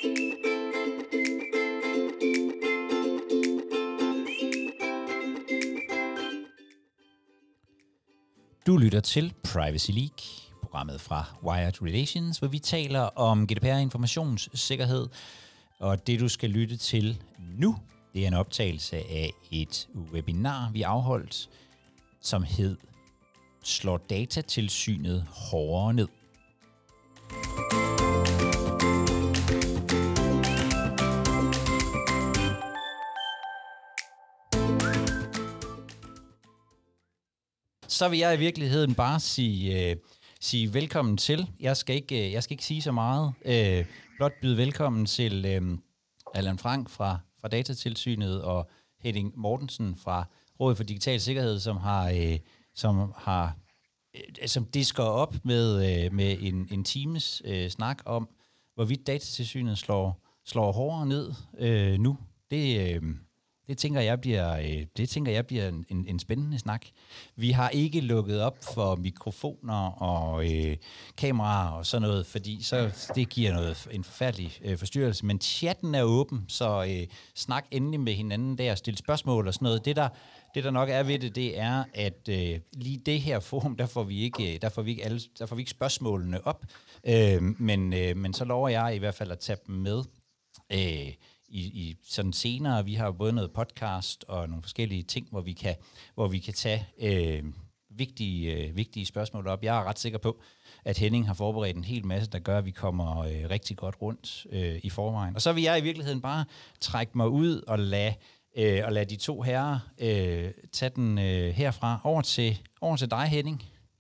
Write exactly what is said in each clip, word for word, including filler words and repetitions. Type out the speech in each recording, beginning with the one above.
Du lytter til Privacy League, programmet fra Wired Relations, hvor vi taler om G D P R, informationssikkerhed. Og det, du skal lytte til nu, det er en optagelse af et webinar, vi afholdt, som hed Slår Datatilsynet hårdere ned? Så vil jeg i virkeligheden bare sige, øh, sige velkommen til. Jeg skal ikke, jeg skal ikke sige så meget. Øh, blot byde velkommen til øh, Allan Frank fra, fra Datatilsynet og Henning Mortensen fra Rådet for Digital Sikkerhed, som har, øh, som har øh, som disker op med, øh, med en, en times øh, snak om, hvorvidt Datatilsynet slår, slår hårdere ned øh, nu. Det øh, Det tænker jeg bliver, det tænker jeg bliver en, en spændende snak. Vi har ikke lukket op for mikrofoner og øh, kameraer og sådan noget, fordi så det giver noget en forfærdelig øh, forstyrrelse. Men chatten er åben, så øh, snak endelig med hinanden der og stille spørgsmål og sådan noget. Det der, det der nok er ved det, det er, at øh, lige det her forum, der får vi ikke, der får vi ikke, alle, der får vi ikke spørgsmålene op. Øh, men, øh, men så lover jeg i hvert fald at tage dem med. Øh, I, i sådan senere. Vi har både noget podcast og nogle forskellige ting, hvor vi kan, hvor vi kan tage øh, vigtige, øh, vigtige spørgsmål op. Jeg er ret sikker på, at Henning har forberedt en hel masse, der gør, at vi kommer øh, rigtig godt rundt øh, i forvejen. Og så vil jeg i virkeligheden bare trække mig ud og lade, øh, og lade de to herrer øh, tage den øh, herfra over til, over til dig, Henning.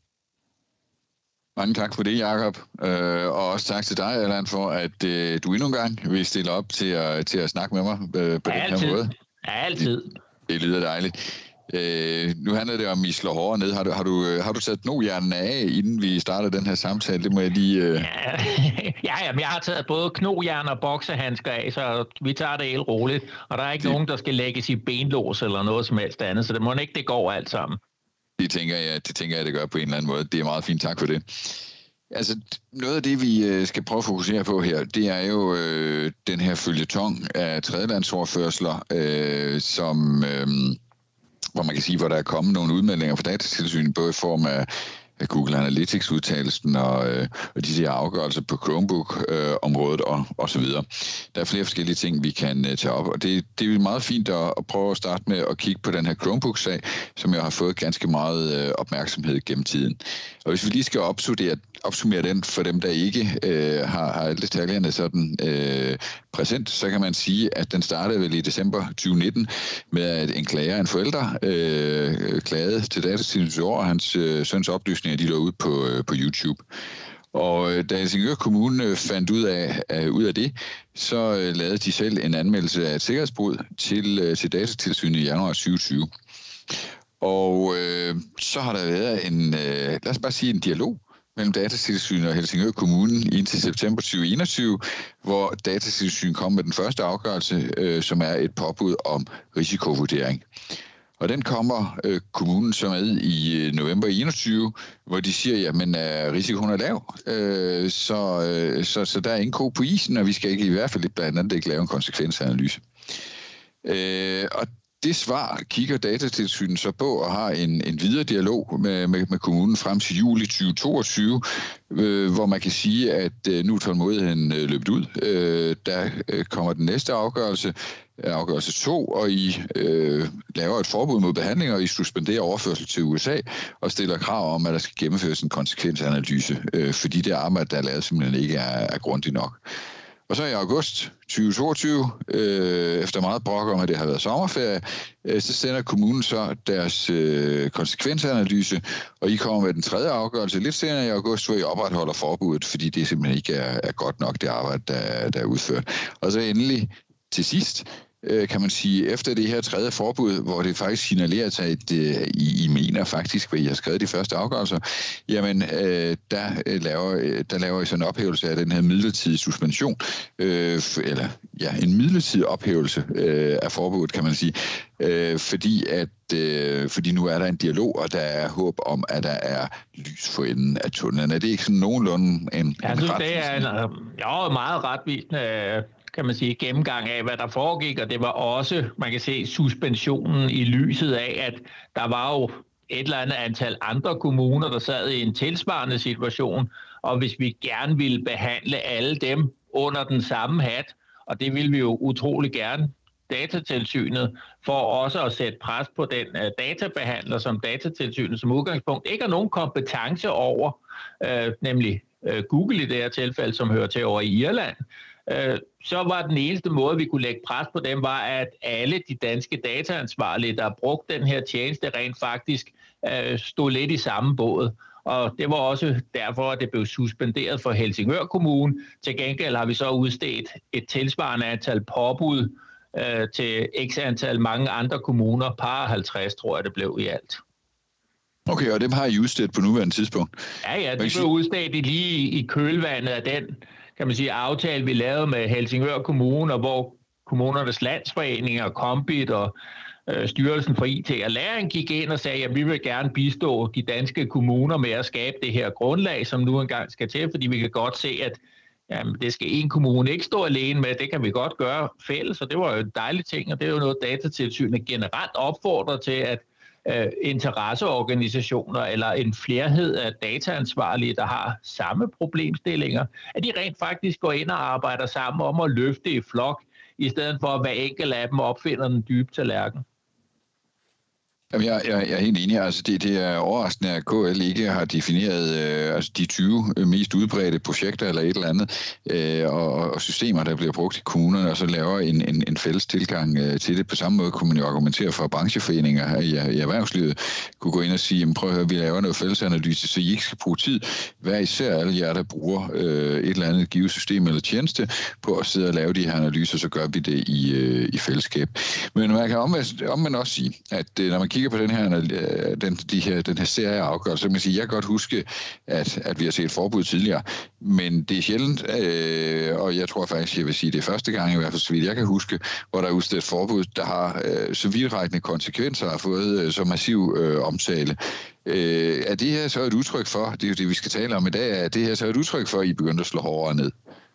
Mange tak for det, Jacob. Øh, og også tak til dig, Allan, for at øh, du endnu en gang vil stille op til at, til at snakke med mig øh, på ja, den her måde. Ja, altid. Det, det lyder dejligt. Øh, nu handler det om, at I slår hårdere ned. Har du, har du, har du sat knohjernen af, inden vi starter den her samtale? Det må jeg lige... Øh... Ja, ja, jamen, jeg har taget både knohjern og boksehandsker af, så vi tager det helt roligt. Og der er ikke det... nogen, der skal lægges i benlås eller noget som helst andet, så det må ikke det går alt sammen. Det tænker jeg, det tænker jeg, det gør på en eller anden måde. Det er meget fint, tak for det. Altså, noget af det, vi skal prøve at fokusere på her, det er jo øh, den her føljeton af tredjelandsoverførsler, øh, som, øh, hvor man kan sige, hvor der er kommet nogle udmeldinger fra Datatilsynet, både i form af Google Analytics-udtalelsen og, øh, og de her afgørelser på Chromebook-området øh, og, og så videre. Der er flere forskellige ting, vi kan øh, tage op, og det, det er meget fint at, at prøve at starte med at kigge på den her Chromebook-sag, som jeg har fået ganske meget øh, opmærksomhed gennem tiden. Og hvis vi lige skal opsummere, opsummere den for dem, der ikke øh, har, har alle detaljerne sådan øh, præsent, så kan man sige, at den startede vel i december tyve nitten med, at en klager, en forælder, øh, klagede til Datatilsynet over hans øh, søns oplysninger, de lå ud på, øh, på YouTube. Og da Helsingør Kommune fandt ud af, uh, ud af det, så uh, lavede de selv en anmeldelse af et sikkerhedsbrud til, uh, til Datatilsynet i januar tyve tyve. Og uh, så har der været en, uh, lad os bare sige en dialog mellem Datatilsynet og Helsingør Kommune indtil september tyve enogtyve, hvor Datatilsynet kom med den første afgørelse, uh, som er et påbud om risikovurdering. Og den kommer øh, kommunen så med i øh, november enogtyve, hvor de siger, jamen øh, risikoen er lav, øh, så, øh, så, så der er ingen ko på isen, og vi skal ikke i hvert fald blandt andet ikke lave en konsekvensanalyse. Øh, og det svar kigger Datatilsynet så på og har en, en videre dialog med, med, med kommunen frem til juli tyve toogtyve, øh, hvor man kan sige, at øh, nu er tålmodigheden øh, løbet ud. Øh, der øh, kommer den næste afgørelse, afgørelse to, og I øh, laver et forbud mod behandling, og I suspenderer overførsel til U S A og stiller krav om, at der skal gennemføres en konsekvensanalyse, øh, fordi det arbejde, der er lavet, simpelthen ikke er, er grundigt nok. Og så i august tyve toogtyve, øh, efter meget brok om, at det har været sommerferie, øh, så sender kommunen så deres øh, konsekvensanalyse, og I kommer med den tredje afgørelse lidt senere i august, hvor I opretholder forbuddet, fordi det simpelthen ikke er, er godt nok, det arbejde, der, der er udført. Og så endelig til sidst, kan man sige, efter det her tredje forbud, hvor det faktisk signalerer sig, at I, I mener faktisk, hvad I har skrevet de første afgørelser, jamen, øh, der, laver, der laver I sådan en ophævelse af den her midlertidige suspension, øh, eller ja, en midlertidig ophævelse øh, af forbuddet, kan man sige, øh, fordi at øh, fordi nu er der en dialog, og der er håb om, at der er lys for enden af tunnelen. Er det ikke sådan nogenlunde en, Jeg en synes, retvisende? det er en, jo, meget retvisende kan man sige, gennemgang af, hvad der foregik, og det var også, man kan se, suspensionen i lyset af, at der var jo et eller andet antal andre kommuner, der sad i en tilsvarende situation, og hvis vi gerne ville behandle alle dem under den samme hat, og det ville vi jo utrolig gerne, Datatilsynet, for også at sætte pres på den uh, databehandler, som Datatilsynet som udgangspunkt ikke har nogen kompetence over, uh, nemlig uh, Google i det her tilfælde, som hører til over i Irland, uh, så var den eneste måde, vi kunne lægge pres på dem, var, at alle de danske dataansvarlige, der brugte den her tjeneste, rent faktisk uh, stod lidt i samme båd. Og det var også derfor, at det blev suspenderet for Helsingør Kommune. Til gengæld har vi så udstedt et tilsvarende antal påbud øh, til x antal mange andre kommuner. Par halvtreds, tror jeg, det blev i alt. Okay, og dem har I udstedt på nuværende tidspunkt? Ja, ja, det blev udstedt lige i kølvandet af den, kan man sige, aftale, vi lavede med Helsingør Kommune, og hvor kommunernes landsforeninger, Kombit og Styrelsen for I T og Læring gik ind og sagde, at vi vil gerne bistå de danske kommuner med at skabe det her grundlag, som nu engang skal til, fordi vi kan godt se, at jamen, det skal en kommune ikke stå alene med, det kan vi godt gøre fælles, og det var jo en dejlig ting, og det er jo noget, Datatilsynet generelt opfordrer til, at øh, interesseorganisationer eller en flerhed af dataansvarlige, der har samme problemstillinger, at de rent faktisk går ind og arbejder sammen om at løfte i flok, i stedet for at hver enkelt af dem opfinder den dybe tallerken. Jamen, jeg, jeg, jeg er helt enig. Altså, det, det er overraskende, at K L ikke har defineret øh, altså de tyve mest udbredte projekter eller et eller andet, øh, og, og systemer, der bliver brugt i kommunerne, og så laver en, en, en fælles tilgang øh, til det. På samme måde kunne man jo argumentere for, at brancheforeninger her i, i erhvervslivet kunne gå ind og sige, prøv at høre, vi laver noget fællesanalyse, så I ikke skal bruge tid. Hver især alle jer, der bruger øh, et eller andet givet system eller tjeneste på at sidde og lave de her analyser, så gør vi det i, øh, i fællesskab. Men man kan omvendt, omvendt også sige, at øh, når man kigger på den her, den, de her, den her serie afgørelse, så kan man sige, jeg kan godt huske, at, at vi har set forbud tidligere, men det er sjældent, øh, og jeg tror faktisk, jeg vil sige, det er første gang, i hvert fald så vidt jeg kan huske, hvor der er udstedt forbud, der har øh, så vidtrækkende konsekvenser, har fået øh, så massiv øh, omtale. Øh, er det her så et udtryk for, det er jo det, vi skal tale om i dag, er det her så et udtryk for, at I begynder at slå hårdere ned?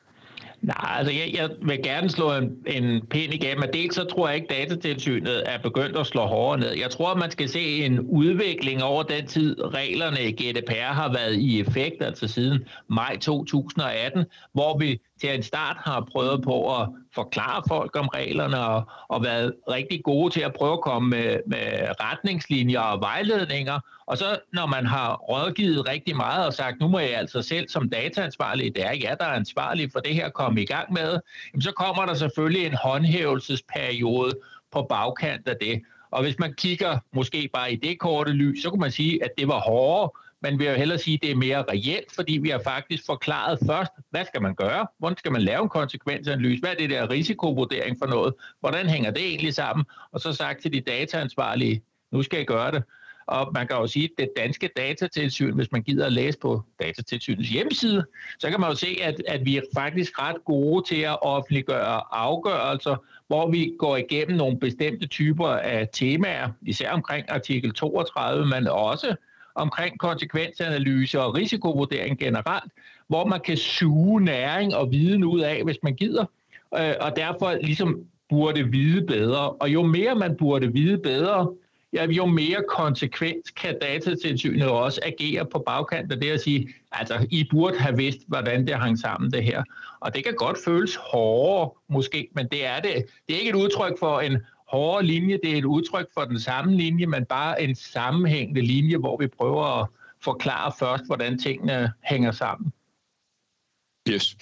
Nej, altså jeg, jeg vil gerne slå en, en pind igennem, og dels så tror jeg ikke, at Datatilsynet er begyndt at slå hårdere ned. Jeg tror, at man skal se en udvikling over den tid, reglerne i G D P R har været i effekt, altså siden maj to tusind og atten, hvor vi til en start har prøvet på at forklare folk om reglerne og, og været rigtig gode til at prøve at komme med, med retningslinjer og vejledninger. Og så når man har rådgivet rigtig meget og sagt, nu må jeg altså selv som dataansvarlig, det er jer, der er ansvarlig for det her, komme i gang med, jamen så kommer der selvfølgelig en håndhævelsesperiode på bagkant af det. Og hvis man kigger måske bare i det korte lys, så kan man sige, at det var hårdere, men vi vil hellere sige, at det er mere reelt, fordi vi har faktisk forklaret først, hvad skal man gøre? Hvordan skal man lave en konsekvensanalyse? Hvad er det der risikovurdering for noget? Hvordan hænger det egentlig sammen? Og så sagt til de dataansvarlige, nu skal I gøre det. Og man kan jo sige, at det danske datatilsyn, hvis man gider at læse på Datatilsynets hjemmeside, så kan man jo se, at, at vi er faktisk ret gode til at offentliggøre afgørelser, hvor vi går igennem nogle bestemte typer af temaer, især omkring artikel toogtredive, men også omkring konsekvensanalyse og risikovurdering generelt, hvor man kan suge næring og viden ud af, hvis man gider, og derfor ligesom burde vide bedre. Og jo mere man burde vide bedre, ja, jo mere konsekvens kan Datatilsynet også agere på bagkant af det at sige, altså I burde have vidst, hvordan det hang sammen det her. Og det kan godt føles hårdere måske, men det er det. Det er ikke et udtryk for en hårdere linje, det er et udtryk for den samme linje, men bare en sammenhængende linje, hvor vi prøver at forklare først, hvordan tingene hænger sammen. Yes.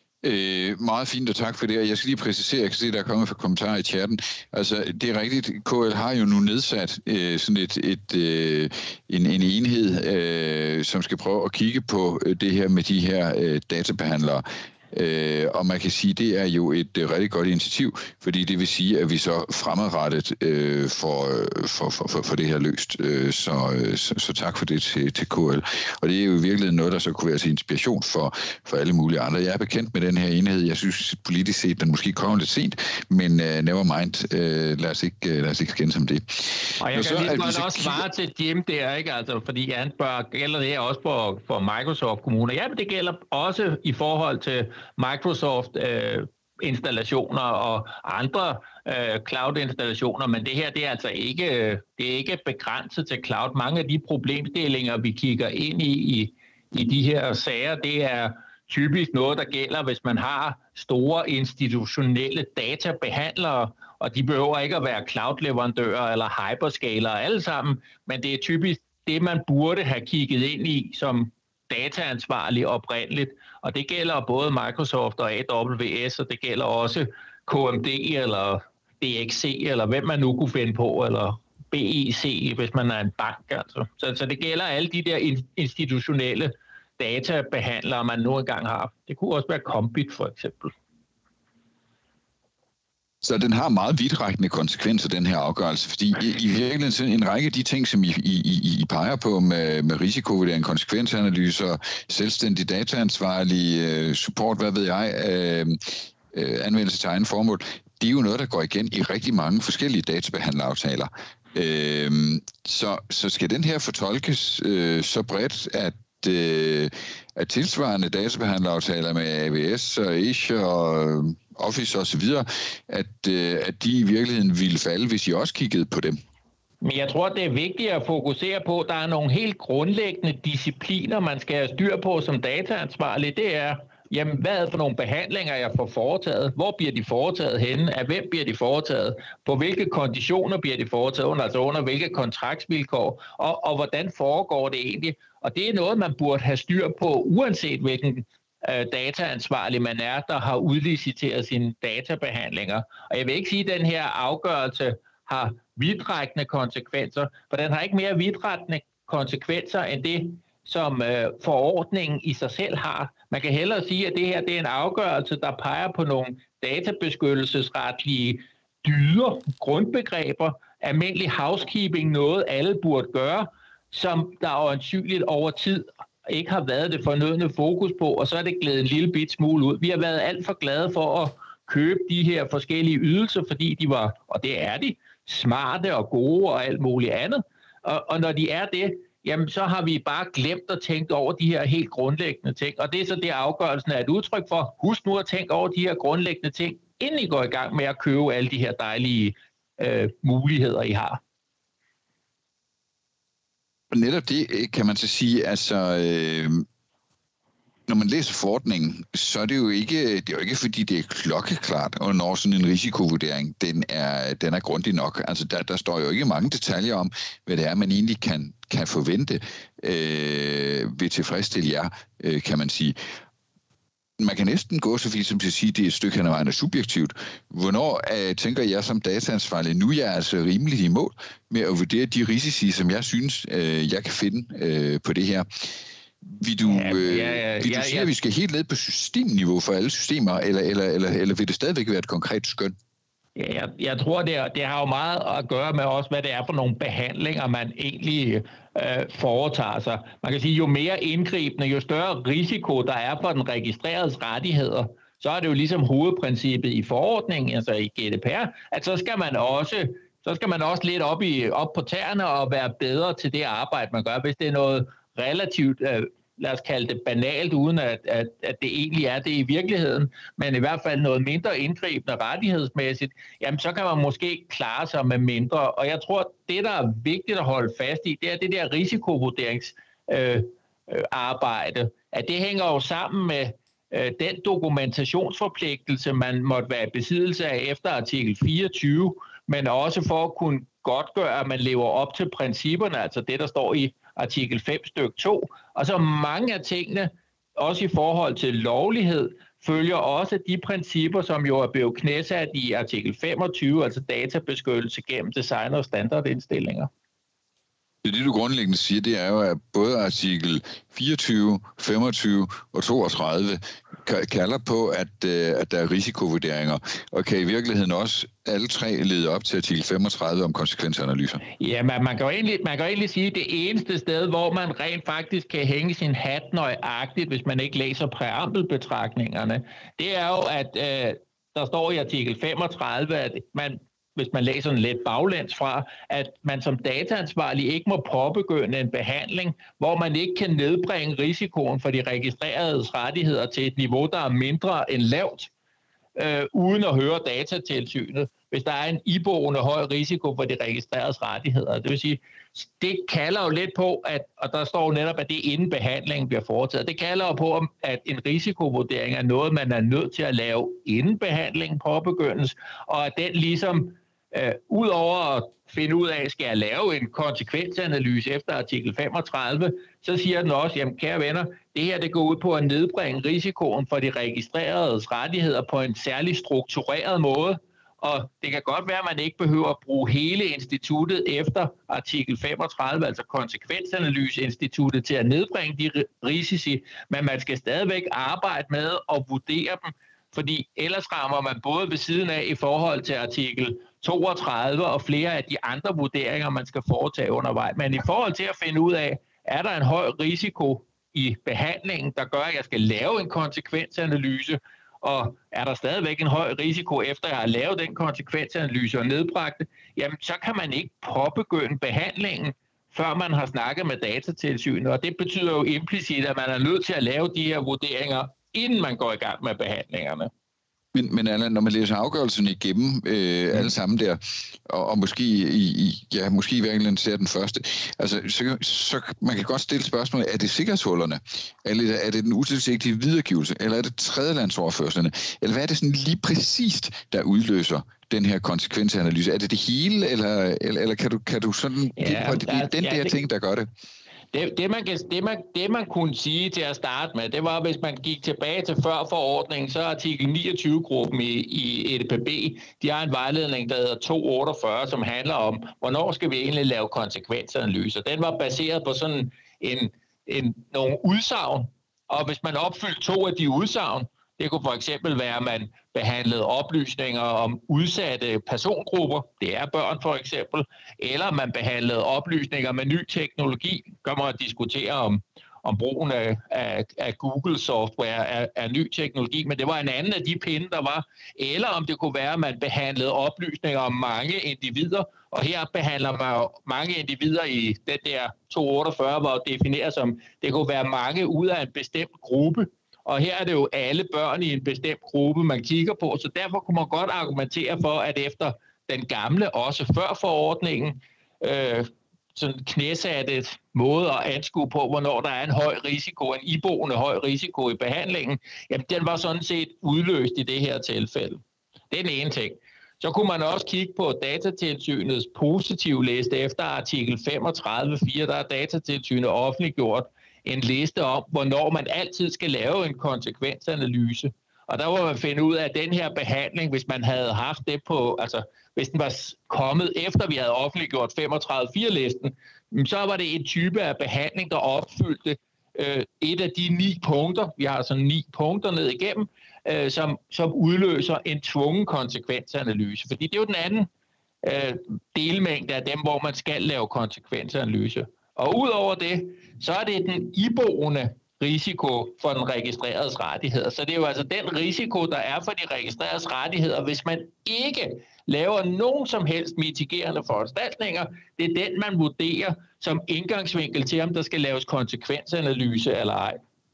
Øh, meget fint, og tak for det. Jeg skal lige præcisere, jeg kan se, at der er kommet for kommentarer i chatten. Altså, det er rigtigt, K L har jo nu nedsat øh, sådan et, et, øh, en, en enhed, øh, som skal prøve at kigge på det her med de her øh, databehandlere. Øh, og man kan sige, at det er jo et øh, rigtig godt initiativ, fordi det vil sige, at vi så fremadrettet øh, får, for, for, for, for det her løst. Øh, så, så, så tak for det til, til K L. Og det er jo i virkeligheden noget, der så kunne være til inspiration for, for alle mulige andre. Jeg er bekendt med den her enhed. Jeg synes politisk set, den måske kommer lidt sent, men uh, never mind. Uh, lad os ikke, uh, lad os ikke skændes om det. Og jeg Nå, kan så, lige godt også kigger... svare til Jim der, ikke? Altså, fordi han bør, gælder det her også for, for Microsoft kommuner. Ja, men det gælder også i forhold til Microsoft øh, installationer og andre øh, cloud-installationer, men det her det er altså ikke, det er ikke begrænset til cloud. Mange af de problemstillinger, vi kigger ind i, i i de her sager, det er typisk noget, der gælder, hvis man har store institutionelle databehandlere, og de behøver ikke at være cloud-leverandører eller hyperscalere alle sammen, men det er typisk det, man burde have kigget ind i som dataansvarlig oprindeligt, og det gælder både Microsoft og A W S, og det gælder også K M D eller D X C, eller hvem man nu kunne finde på, eller B E C, hvis man er en bank. Altså. Så, så det gælder alle de der institutionelle databehandlere, man nu engang har. Det kunne også være Combit for eksempel. Så den har meget vidtrækkende konsekvenser, den her afgørelse, fordi i, i virkeligheden en række af de ting, som I, I, I peger på med, med risikovurdering, konsekvensanalyser, selvstændig dataansvarlig, øh, support, hvad ved jeg, øh, øh, anvendelse til egen formål, det er jo noget, der går igen i rigtig mange forskellige databehandleraftaler. Øh, så, så skal den her fortolkes øh, så bredt, at øh, at tilsvarende databehandleraftaler med A W S og Azure og Office og så videre, at, øh, at de i virkeligheden ville falde, hvis I også kiggede på dem? Men jeg tror, det er vigtigt at fokusere på, at der er nogle helt grundlæggende discipliner, man skal have styr på som dataansvarlig. Det er, jamen, hvad er det for nogle behandlinger, jeg får foretaget? Hvor bliver de foretaget henne? Af hvem bliver de foretaget? På hvilke konditioner bliver de foretaget? Under, altså under hvilke kontraktsvilkår? Og, og hvordan foregår det egentlig? Og det er noget, man burde have styr på, uanset hvilken øh, dataansvarlig man er, der har udliciteret sine databehandlinger. Og jeg vil ikke sige, at den her afgørelse har vidtrækkende konsekvenser, for den har ikke mere vidtrækkende konsekvenser end det, som øh, forordningen i sig selv har. Man kan hellere sige, at det her det er en afgørelse, der peger på nogle databeskyttelsesretlige dyder, grundbegreber, almindelig housekeeping, noget alle burde gøre, som der øjensynligt over tid ikke har været det fornødne fokus på, og så er det glædet en lille bit smule ud. Vi har været alt for glade for at købe de her forskellige ydelser, fordi de var, og det er de, smarte og gode og alt muligt andet. Og, og når de er det, jamen så har vi bare glemt at tænke over de her helt grundlæggende ting. Og det er så det, afgørelsen er et udtryk for. Husk nu at tænke over de her grundlæggende ting, inden I går i gang med at købe alle de her dejlige øh, muligheder, I har. Og netop det kan man så sige, altså øh, når man læser forordningen, så er det jo ikke, det er jo ikke fordi det er klokkeklart, og når sådan en risikovurdering, den er, den er grundig nok. Altså der, der står jo ikke mange detaljer om, hvad det er, man egentlig kan, kan forvente øh, ved tilfredsstille jer, øh, kan man sige. Man kan næsten gå så vidt som til at sige, at det er et stykke hen ad vejen er subjektivt. Hvornår øh, tænker jeg som dataansvarlig, nu er jeg altså rimelig i mål med at vurdere de risici, som jeg synes, øh, jeg kan finde øh, på det her. Vil du, øh, ja, ja, ja, vil du ja, sige, ja. at vi skal helt ned på systemniveau for alle systemer, eller, eller, eller, eller vil det stadigvæk være et konkret skøn? Ja, jeg, jeg tror, det, er, det har jo meget at gøre med også, hvad det er for nogle behandlinger, man egentlig øh, foretager sig. Man kan sige, jo mere indgribende, jo større risiko, der er for den registrerede rettigheder, så er det jo ligesom hovedprincippet i forordningen, altså i G D P R, at så skal man også, så skal man også lidt op, i, op på tæerne og være bedre til det arbejde, man gør. Hvis det er noget relativt, øh, lad os kalde det banalt, uden at, at, at det egentlig er det i virkeligheden, men i hvert fald noget mindre indgribende rettighedsmæssigt, jamen så kan man måske klare sig med mindre. Og jeg tror, det der er vigtigt at holde fast i, det er det der risikovurderingsarbejde, øh, øh, at det hænger jo sammen med øh, den dokumentationsforpligtelse, man måtte være i besiddelse af efter artikel fireogtyve, men også for at kunne godtgøre, at man lever op til principperne, altså det, der står i artikel fem stykke to, og så mange af tingene, også i forhold til lovlighed, følger også de principper, som jo er blevet knæsat i artikel femogtyve, altså databeskyttelse gennem design- og standardindstillinger. Det, det du grundlæggende siger, det er jo, at både artikel fireogtyve, femogtyve og toogtredive kalder på, at, at der er risikovurderinger, og kan i virkeligheden også alle tre lede op til artikel femogtredive om konsekvensanalyser. Ja, man, man, kan jo egentlig, man kan jo egentlig sige, at det eneste sted, hvor man rent faktisk kan hænge sin hat nøjagtigt, hvis man ikke læser præambelbetragtningerne, det er jo, at øh, der står i artikel femogtredive, at man hvis man læser den lidt baglæns fra, at man som dataansvarlig ikke må påbegynde en behandling, hvor man ikke kan nedbringe risikoen for de registrerede rettigheder til et niveau, der er mindre end lavt. øh, uden at høre Datatilsynet, hvis der er en iboende høj risiko for de registrerede rettigheder. Det vil sige, det kalder jo lidt på, at, og der står jo netop, at det inden behandlingen bliver foretaget, det kalder jo på, at en risikovurdering er noget, man er nødt til at lave inden behandlingen påbegyndes, og at den ligesom, øh, ud over at finde ud af, skal jeg lave en konsekvensanalyse efter artikel femogtredive, så siger den også, jamen kære venner, det her det går ud på at nedbringe risikoen for de registrerede rettigheder på en særlig struktureret måde, og det kan godt være, at man ikke behøver at bruge hele instituttet efter artikel femogtredive, altså konsekvensanalyseinstituttet, til at nedbringe de risici, men man skal stadigvæk arbejde med at vurdere dem, fordi ellers rammer man både ved siden af i forhold til artikel toogtredive og flere af de andre vurderinger, man skal foretage undervejs. Men i forhold til at finde ud af, er der en høj risiko i behandlingen, der gør, at jeg skal lave en konsekvensanalyse, og er der stadigvæk en høj risiko, efter jeg har lavet den konsekvensanalyse og nedbragt det, jamen så kan man ikke påbegynde behandlingen, før man har snakket med Datatilsynet. Og det betyder jo implicit, at man er nødt til at lave de her vurderinger, inden man går i gang med behandlingerne. Men, men Allan, når man læser afgørelsen igennem øh, alle sammen der, og, og måske i, i ja, måske i virkeligheden ser den første, altså så, så man kan godt stille spørgsmålet, er det sikkerhedshullerne, eller er det den utilsigtede videregivelse, eller er det tredjelandsoverførslerne, eller hvad er det sådan lige præcist, der udløser den her konsekvensanalyse? Er det det hele, eller, eller, eller kan, du, kan du sådan ja, på, det, det er den ja, der det... ting, der gør det? Det, det, man kan, det, man, det, man kunne sige til at starte med, det var, hvis man gik tilbage til før forordningen, så er artikel niogtyve-gruppen i, i E D P B, de har en vejledning, der hedder to otteogfyrre, som handler om, hvornår skal vi egentlig lave konsekvensanalyser. Den var baseret på sådan en, en, nogle udsagn, og hvis man opfyldte to af de udsagn, det kunne for eksempel være, at man behandlede oplysninger om udsatte persongrupper, det er børn for eksempel, eller man behandlede oplysninger med ny teknologi, kommer at diskutere om, om brugen af, af, af Google-software er, er ny teknologi, men det var en anden af de pinde, der var, eller om det kunne være, at man behandlede oplysninger om mange individer, og her behandler man jo mange individer i den der to otteogfyrre, hvor det defineres som, det kunne være mange ud af en bestemt gruppe. Og her er det jo alle børn i en bestemt gruppe, man kigger på, så derfor kunne man godt argumentere for, at efter den gamle, også før forordningen, øh, sådan knæsatte måde at anskue på, hvornår der er en høj risiko, en iboende høj risiko i behandlingen, jamen den var sådan set udløst i det her tilfælde. Det er den ene ting. Så kunne man også kigge på Datatilsynets positive liste efter artikel femogtredive punkt fire, der er Datatilsynet offentliggjort en liste om, hvornår man altid skal lave en konsekvensanalyse. Og der må man finde ud af, at den her behandling, hvis man havde haft det på, altså hvis den var kommet efter vi havde offentliggjort femogtredive punkt fire-listen, så var det en type af behandling, der opfyldte øh, et af de ni punkter, vi har sådan ni punkter ned igennem, øh, som, som udløser en tvungen konsekvensanalyse. Fordi det er jo den anden øh, delmængde af dem, hvor man skal lave konsekvensanalyse. Og udover det, så er det den iboende risiko for den registrerede rettigheder. Så det er jo altså den risiko, der er for de registrerede rettigheder, hvis man ikke laver nogen som helst mitigerende foranstaltninger. Det er den, man vurderer som indgangsvinkel til, om der skal laves konsekvensanalyse eller ej.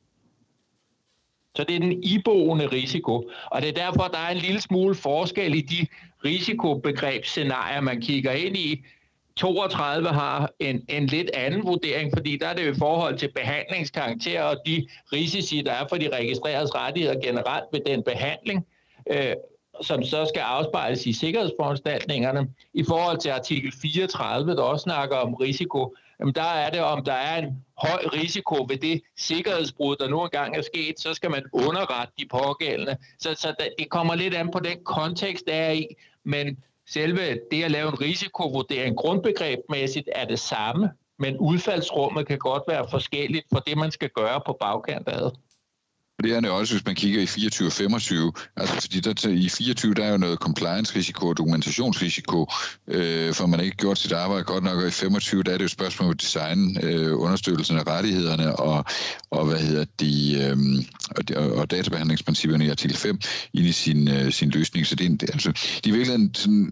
Så det er den iboende risiko. Og det er derfor, der er en lille smule forskel i de risikobegrebsscenarier, man kigger ind i. toogtredive har en, en lidt anden vurdering, fordi der er det jo i forhold til behandlingskarakter og de risici, der er for de registrerede rettigheder generelt ved den behandling, øh, som så skal afspejles i sikkerhedsforanstaltningerne. I forhold til artikel fireogtredive, der også snakker om risiko, jamen der er det, om der er en høj risiko ved det sikkerhedsbrud, der nu engang er sket, så skal man underrette de pågældende. Så, så det kommer lidt an på den kontekst, der er i, men selve det at lave en risikovurdering grundbegrebsmæssigt er det samme, men udfaldsrummet kan godt være forskelligt for det, man skal gøre på bagkant af det. Det er det også, hvis man kigger i fireogtyve og femogtyve. Altså fordi der, i fireogtyve der er jo noget compliance-risiko og dokumentationsrisiko, øh, for man har ikke gjort sit arbejde godt nok, og i femogtyve der er det jo spørgsmål om design, øh, understøttelsen af rettighederne og, og hvad hedder de, øh, og, og databehandlingsprincipperne i artikel fem ind i sin, øh, sin løsning. Så det er, altså, de er virkelig sådan,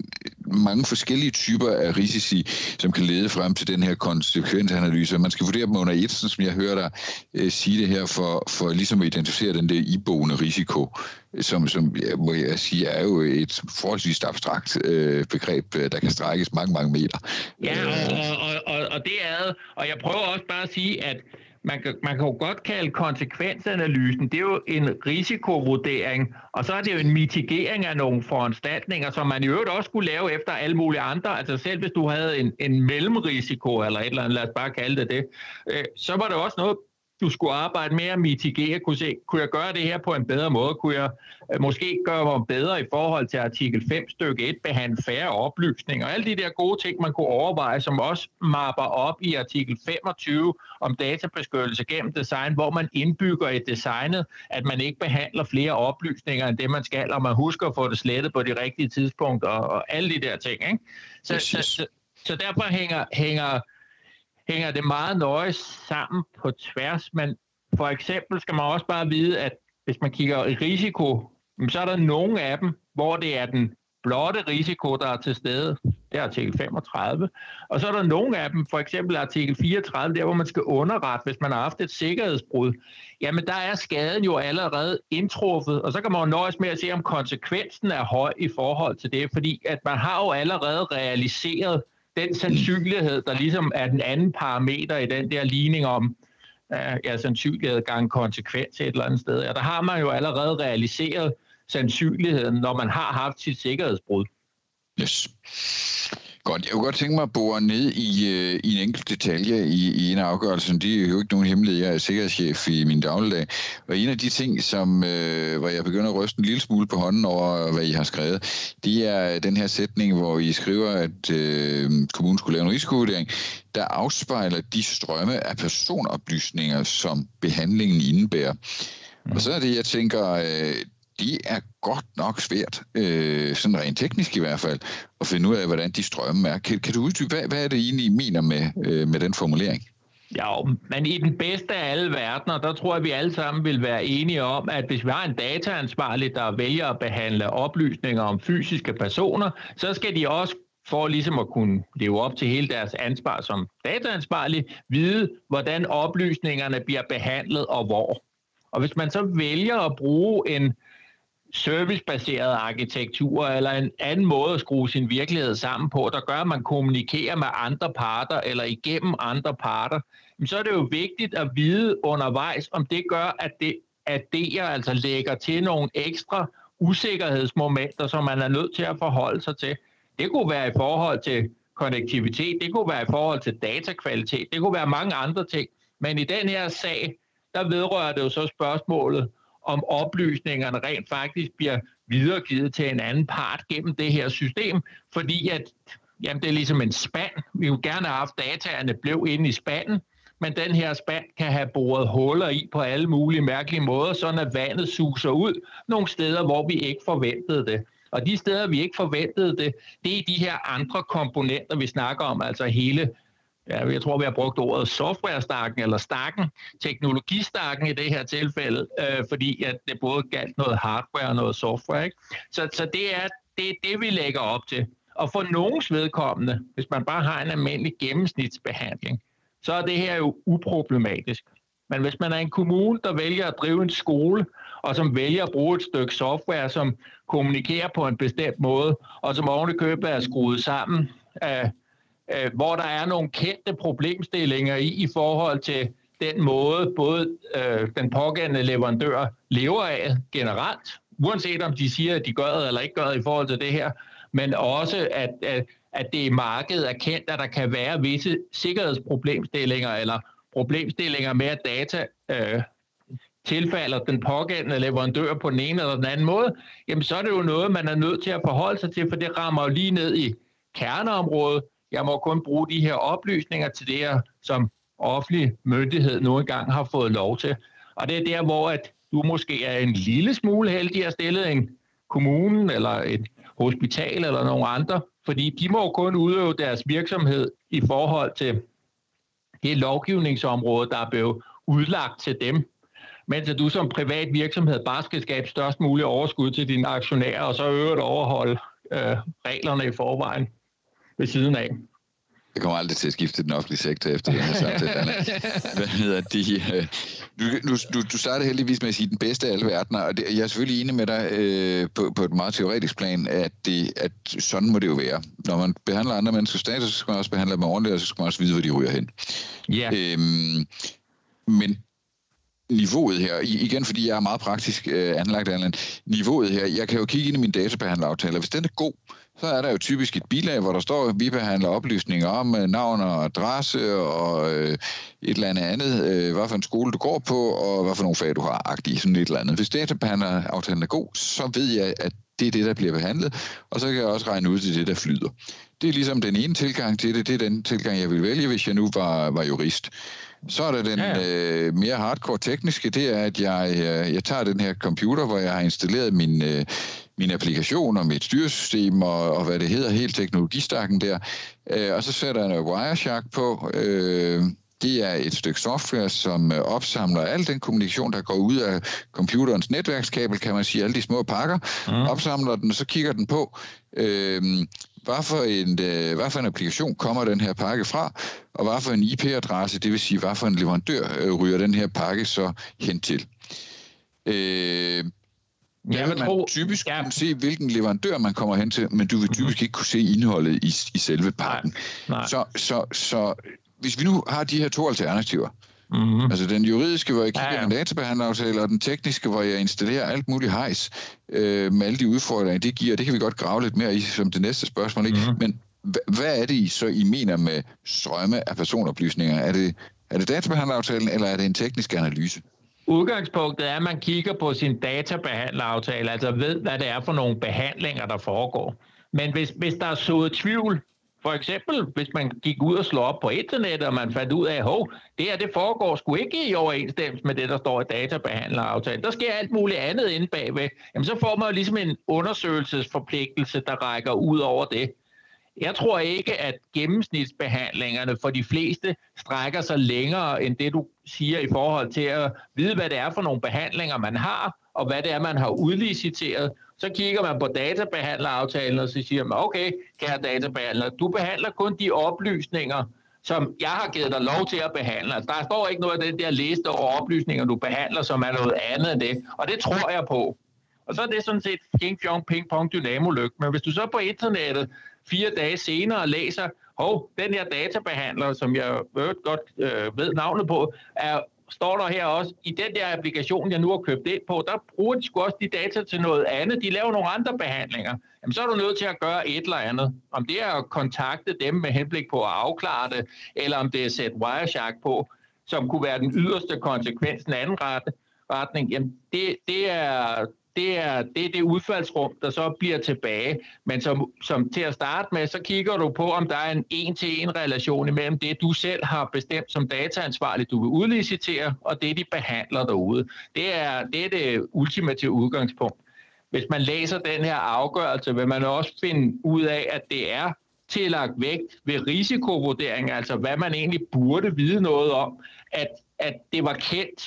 mange forskellige typer af risici, som kan lede frem til den her konsekvensanalyse. Man skal vurdere dem under et, som jeg hører dig øh, sige det her, for, for ligesom at identificere den der iboende risiko, som, som ja, må jeg sige, er jo et forholdsvis abstrakt øh, begreb, der kan strækkes mange, mange meter. Ja, og, og, og, og det er og jeg prøver også bare at sige, at Man kan, man kan jo godt kalde konsekvensanalysen, det er jo en risikovurdering, og så er det jo en mitigering af nogle foranstaltninger, som man i øvrigt også skulle lave efter alle mulige andre. Altså selv hvis du havde en, en mellemrisiko, eller et eller andet, lad os bare kalde det det, øh, så var det også noget, du skulle arbejde med at mitigere. Kunne, se, kunne jeg gøre det her på en bedre måde? Kunne jeg øh, måske gøre mig bedre i forhold til artikel fem stykke et, behandle færre oplysninger? Alle de der gode ting, man kunne overveje, som også mapper op i artikel femogtyve om databeskyttelse gennem design, hvor man indbygger i designet, at man ikke behandler flere oplysninger end det, man skal, og man husker at få det slettet på de rigtige tidspunkter, og, og alle de der ting. Ikke? Så, så, så, så derfor hænger... hænger hænger det meget nøje sammen på tværs, men for eksempel skal man også bare vide, at hvis man kigger i risiko, så er der nogle af dem, hvor det er den blotte risiko, der er til stede. Det er artikel femogtredive. Og så er der nogle af dem, for eksempel artikel fireogtredive, der hvor man skal underrette, hvis man har haft et sikkerhedsbrud. Jamen der er skaden jo allerede indtruffet, og så kan man jo nøjes med at se, om konsekvensen er høj i forhold til det, fordi at man har jo allerede realiseret den sandsynlighed, der ligesom er den anden parameter i den der ligning om ja, sandsynlighed gange konsekvens et eller andet sted. Ja, der har man jo allerede realiseret sandsynligheden, når man har haft sit sikkerhedsbrud. Yes. Godt. Jeg kunne godt tænke mig at bore ned i, øh, i en enkelt detalje i, i en af afgørelsen. Det er jo ikke nogen hemmelighed. Jeg er sikkerhedschef i min dagligdag. Og en af de ting, som, øh, hvor jeg begynder at ryste en lille smule på hånden over, hvad I har skrevet, det er den her sætning, hvor I skriver, at øh, kommunen skulle lave en risikovurdering, der afspejler de strømme af personoplysninger, som behandlingen indebærer. Mm. Og så er det, jeg tænker... Øh, det er godt nok svært, øh, sådan rent teknisk i hvert fald, at finde ud af, hvordan de strømme er. Kan, kan du uddybe, hvad, hvad er det egentlig, I mener med, øh, med den formulering? Ja, men i den bedste af alle verdener, der tror jeg, vi alle sammen vil være enige om, at hvis vi har en dataansvarlig, der vælger at behandle oplysninger om fysiske personer, så skal de også, for ligesom at kunne leve op til hele deres ansvar som dataansvarlig, vide, hvordan oplysningerne bliver behandlet og hvor. Og hvis man så vælger at bruge en servicebaseret arkitektur eller en anden måde at skrue sin virkelighed sammen på, der gør, at man kommunikerer med andre parter eller igennem andre parter, så er det jo vigtigt at vide undervejs, om det gør, at det adderer, altså lægger til nogle ekstra usikkerhedsmomenter, som man er nødt til at forholde sig til. Det kunne være i forhold til konnektivitet, det kunne være i forhold til datakvalitet, det kunne være mange andre ting, men i den her sag, der vedrører det jo så spørgsmålet, om oplysningerne rent faktisk bliver videregivet til en anden part gennem det her system, fordi at, jamen det er ligesom en spand. Vi vil gerne have haft dataerne blev inde i spanden, men den her spand kan have boret huller i på alle mulige mærkelige måder, sådan at vandet suser ud nogle steder, hvor vi ikke forventede det. Og de steder, vi ikke forventede det, det er de her andre komponenter, vi snakker om, altså hele Ja, jeg tror, vi har brugt ordet software-stakken eller stakken, teknologistakken i det her tilfælde, øh, fordi at det både galt noget hardware og noget software. Ikke? Så, så det er det, det, vi lægger op til. Og for nogens vedkommende, hvis man bare har en almindelig gennemsnitsbehandling, så er det her jo uproblematisk. Men hvis man er en kommune, der vælger at drive en skole, og som vælger at bruge et stykke software, som kommunikerer på en bestemt måde, og som oven i købet er skruet sammen af hvor der er nogle kendte problemstillinger i, i forhold til den måde, både øh, den pågældende leverandør lever af generelt, uanset om de siger, at de gør det eller ikke gør det i forhold til det her, men også, at, at, at det i markedet er kendt, at der kan være visse sikkerhedsproblemstillinger, eller problemstillinger med, at data øh, tilfalder den pågældende leverandør på den ene eller den anden måde, jamen så er det jo noget, man er nødt til at forholde sig til, for det rammer jo lige ned i kerneområdet. Jeg må kun bruge de her oplysninger til det, jeg som offentlig myndighed nu engang har fået lov til. Og det er der, hvor at du måske er en lille smule heldig at stille en kommune eller et hospital eller nogle andre, fordi de må kun udøve deres virksomhed i forhold til det lovgivningsområde, der er blevet udlagt til dem. Mens at du som privat virksomhed bare skal skabe størst mulig overskud til dine aktionærer, og så øvrigt overholde øh, reglerne i forvejen ved siden af. Jeg kommer aldrig til at skifte den offentlige sektor efter den her samtale. Hvad hedder de? Du, du, du startede heldigvis med at sige den bedste af alle verdener, og det, jeg er selvfølgelig enig med dig øh, på, på et meget teoretisk plan, at, det, at sådan må det jo være. Når man behandler andre menneskers status, så skal man også behandle dem ordentligt, og så skal man også vide, hvor de ryger hen. Ja. Øhm, men niveauet her, igen fordi jeg er meget praktisk øh, anlagt, Allan, niveauet her, jeg kan jo kigge ind i min databehandleraftaler. Hvis den er god, så er der jo typisk et bilag, hvor der står, at vi behandler oplysninger om øh, navn og adresse og øh, et eller andet andet, øh, hvad for en skole du går på, og hvad for nogle fag du har agtigt, sådan et eller andet. Hvis databehandleraftalen er god, så ved jeg, at det er det, der bliver behandlet, og så kan jeg også regne ud til det, der flyder. Det er ligesom den ene tilgang til det, det er den tilgang, jeg ville vælge, hvis jeg nu var, var jurist. Så er der den ja, ja. Øh, mere hardcore tekniske, det er, at jeg, øh, jeg tager den her computer, hvor jeg har installeret min, øh, min applikation og mit styresystem og, og hvad det hedder, hele teknologistakken der, øh, og så sætter jeg noget Wireshark på. Øh, det er et stykke software, som øh, opsamler al den kommunikation, der går ud af computerens netværkskabel, kan man sige, alle de små pakker, mm. opsamler den, og så kigger den på, øh, hvad for, en, øh, hvad for en applikation kommer den her pakke fra, og hvad for en I P-adresse, det vil sige, hvad for en leverandør øh, ryger den her pakke så hen til. Øh, der vil man tro, typisk ja. kunne se, hvilken leverandør man kommer hen til, men du vil typisk ikke kunne se indholdet i, i selve pakken. Nej. Nej. Så, så, så hvis vi nu har de her to alternativer, mm-hmm. altså den juridiske, hvor jeg kigger ja, ja. en databehandleraftale, og den tekniske, hvor jeg installerer alt muligt hejs øh, med alle de udfordringer, det giver, det kan vi godt grave lidt mere i som det næste spørgsmål. Ikke? Mm-hmm. Men h- hvad er det, I så I mener med strømme af personoplysninger? Er det, er det databehandleraftalen, eller er det en teknisk analyse? Udgangspunktet er, at man kigger på sin databehandleraftale, altså ved, hvad det er for nogle behandlinger, der foregår. Men hvis, hvis der er sået tvivl, for eksempel, hvis man gik ud og slog op på internettet, og man fandt ud af, at det her det foregår sgu ikke i overensstemmelse med det, der står i databehandleraftalen. Der sker alt muligt andet inde bagved. Jamen, så får man jo ligesom en undersøgelsesforpligtelse, der rækker ud over det. Jeg tror ikke, at gennemsnitsbehandlingerne for de fleste strækker sig længere end det, du siger i forhold til at vide, hvad det er for nogle behandlinger, man har, og hvad det er, man har udliciteret. Så kigger man på databehandleraftalen, og så siger man, okay, kære databehandler, du behandler kun de oplysninger, som jeg har givet dig lov til at behandle. Altså, der står ikke noget af den der liste over oplysninger, du behandler, som er noget andet end det. Og det tror jeg på. Og så er det sådan set ping pong, ping pong, dynamo-lyk. Men hvis du så på internettet fire dage senere læser, hov, den her databehandler, som jeg godt øh, ved navnet på, er, står der her også, i den der applikation, jeg nu har købt ind på, der bruger de sgu også de data til noget andet. De laver nogle andre behandlinger. Jamen, så er du nødt til at gøre et eller andet. Om det er at kontakte dem med henblik på at afklare det, eller om det er at sætte Wireshark på, som kunne være den yderste konsekvens, den anden retning. Jamen, det, det er... Det er, det er det udfaldsrum, der så bliver tilbage. Men som, som til at starte med, så kigger du på, om der er en en-til-en relation imellem det, du selv har bestemt som dataansvarlig, du vil udlicitere, og det, de behandler derude. Det er, det er det ultimative udgangspunkt. Hvis man læser den her afgørelse, vil man også finde ud af, at det er tillagt vægt ved risikovurdering, altså hvad man egentlig burde vide noget om, at, at det var kendt.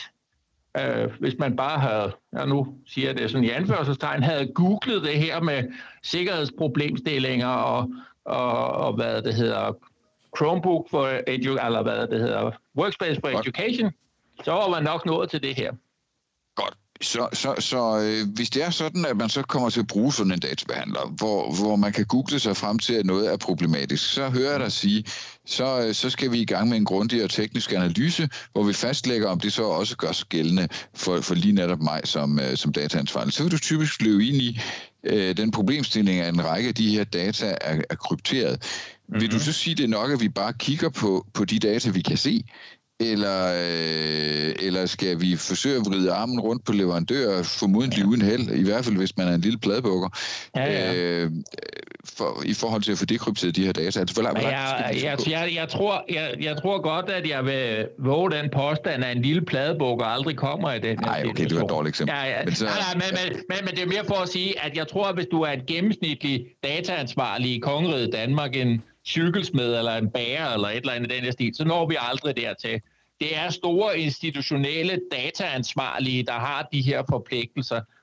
Uh, hvis man bare havde, ja, nu siger jeg det sådan i anførselstegn, havde googlet det her med sikkerhedsproblemstillinger og, og, og hvad det hedder, Chromebook for edu- eller hvad det hedder, Workspace for Godt. Education, så var man nok nået til det her. Godt. Så, så, så øh, hvis det er sådan, at man så kommer til at bruge sådan en databehandler, hvor, hvor man kan google sig frem til, at noget er problematisk, så hører jeg dig sige, så, så skal vi i gang med en grundig og teknisk analyse, hvor vi fastlægger, om det så også gør sig gældende for, for lige netop mig som, øh, som dataansvarlig. Så vil du typisk løbe ind i øh, den problemstilling, at en række af de her data er, er krypteret. Mm-hmm. Vil du så sige, det er nok, at vi bare kigger på, på de data, vi kan se, Eller, øh, eller skal vi forsøge at vride armen rundt på leverandører, formodentlig ja. uden held, i hvert fald hvis man er en lille pladbukker, ja, ja. øh, for, i forhold til at få dekrypteret de her data? Altså, hvor, hvor jeg, jeg, jeg, jeg, tror, jeg, jeg tror godt, at jeg vil våge den påstand, at en lille pladebukker aldrig kommer i den. Nej, okay, det var et dårligt eksempel. Ja, ja. Men, så, nej, nej, men, men, men, men det er mere for at sige, at jeg tror, at hvis du er en gennemsnitlig dataansvarlig i Kongeriget Danmark, en cykelsmed eller en bager eller et eller andet i den stil, så når vi aldrig dertil. Det er store institutionelle dataansvarlige, der har de her forpligtelser.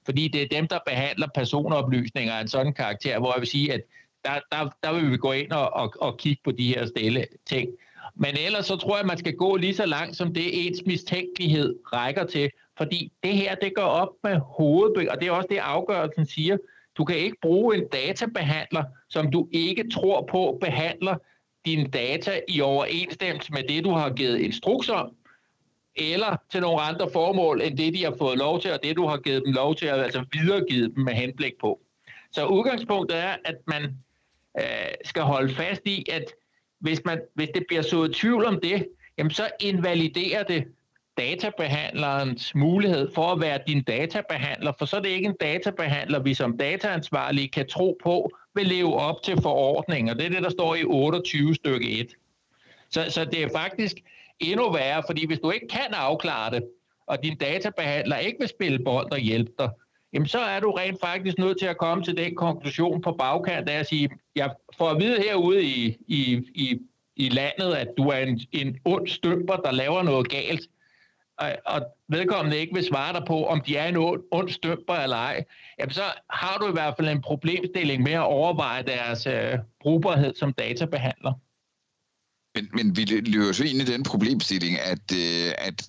fordi det er dem, der behandler personoplysninger af en sådan karakter, hvor jeg vil sige, at der, der, der vil vi gå ind og, og, og kigge på de her stille ting. Men ellers så tror jeg, at man skal gå lige så langt, som det ens mistænkelighed rækker til, fordi det her, det går op med hovedet, og det er også det, afgørelsen siger. Du kan ikke bruge en databehandler, som du ikke tror på behandler dine data i overensstemmelse med det, du har givet instruks om, eller til nogle andre formål, end det, de har fået lov til, og det, du har givet dem lov til, altså videregivet dem med henblik på. Så udgangspunktet er, at man øh, skal holde fast i, at hvis, man, hvis det bliver sået tvivl om det, jamen så invaliderer det databehandlerens mulighed for at være din databehandler, for så er det ikke en databehandler, vi som dataansvarlige kan tro på, vil leve op til forordninger. Det er det, der står i otteogtyve stykke et. Så, så det er faktisk endnu værre, fordi hvis du ikke kan afklare det, og din databehandler ikke vil spille bold og hjælpe dig, jamen så er du rent faktisk nødt til at komme til den konklusion på bagkant af at sige, jeg får at vide herude i, i, i, i landet, at du er en, en ond stømper, der laver noget galt, og, og vedkommende ikke vil svare dig på, om de er en ond, ond stømper eller ej, jamen så har du i hvert fald en problemstilling med at overveje deres øh, brugbarhed som databehandler. Men, men vi løber så ind i den problemstilling, at, øh, at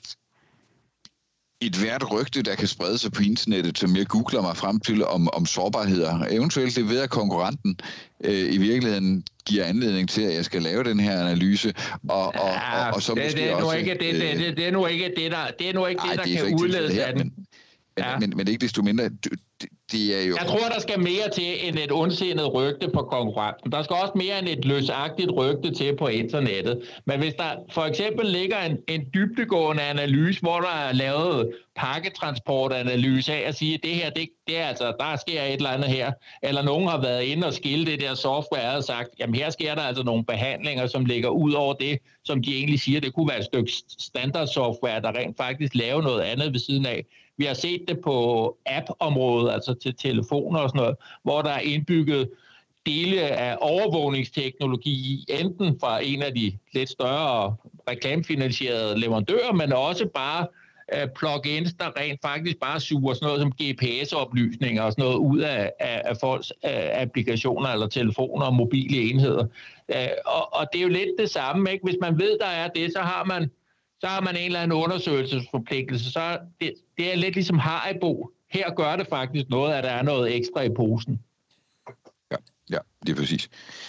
et hvert rygte, der kan sprede sig på internettet, som jeg googler mig frem til om, om sårbarheder, eventuelt det ved, at konkurrenten øh, i virkeligheden giver anledning til, at jeg skal lave den her analyse, og, og, ja, og, og så det, måske det er nu også... Ikke det, det, det, det er nu ikke det, der, det, er nu ikke ej, det, der det kan udledes af den. Men, ja. men, men, men ikke desto mindre... Det, det er jo... Jeg tror, der skal mere til end et ondsindet rygte på konkurrenten. Der skal også mere end et løsagtigt rygte til på internettet. Men hvis der for eksempel ligger en, en dybdegående analyse, hvor der er lavet pakketransportanalyse af at sige, at det her, det, det er altså, der sker et eller andet her, eller nogen har været inde og skille det der software og sagt, jamen her sker der altså nogle behandlinger, som ligger ud over det, som de egentlig siger, det kunne være et stykke standardsoftware, der rent faktisk laver noget andet ved siden af. Vi har set det på app-området, altså til telefoner og sådan noget, hvor der er indbygget dele af overvågningsteknologi, enten fra en af de lidt større reklamefinansierede leverandører, men også bare uh, plugins, der rent faktisk bare suger sådan noget som G P S-oplysninger og sådan noget ud af, af, af folks uh, applikationer eller telefoner og mobile enheder. Uh, og, og det er jo lidt det samme, ikke? Hvis man ved, der er det, så har man så har man en eller anden undersøgelsesforpligtelse. Så det, det er lidt ligesom Haribo. Her gør det faktisk noget, at der er noget ekstra i posen. Ja, ja, det er præcis.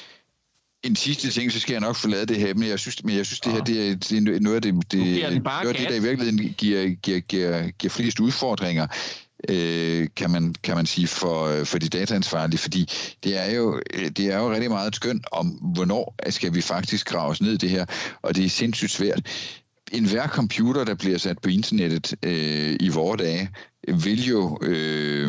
En sidste ting, så skal jeg nok forlade det her, men jeg synes, men jeg synes ja. det her det er, det er noget af det, det, noget af det, der i virkeligheden giver, giver, giver, giver flest udfordringer, øh, kan, man, kan man sige, for, for de dataansvarlige, fordi det er, jo, det er jo rigtig meget skønt om, hvornår skal vi faktisk grave os ned i det her, og det er sindssygt svært. En hver computer, der bliver sat på internettet øh, i vore dage, vil jo øh,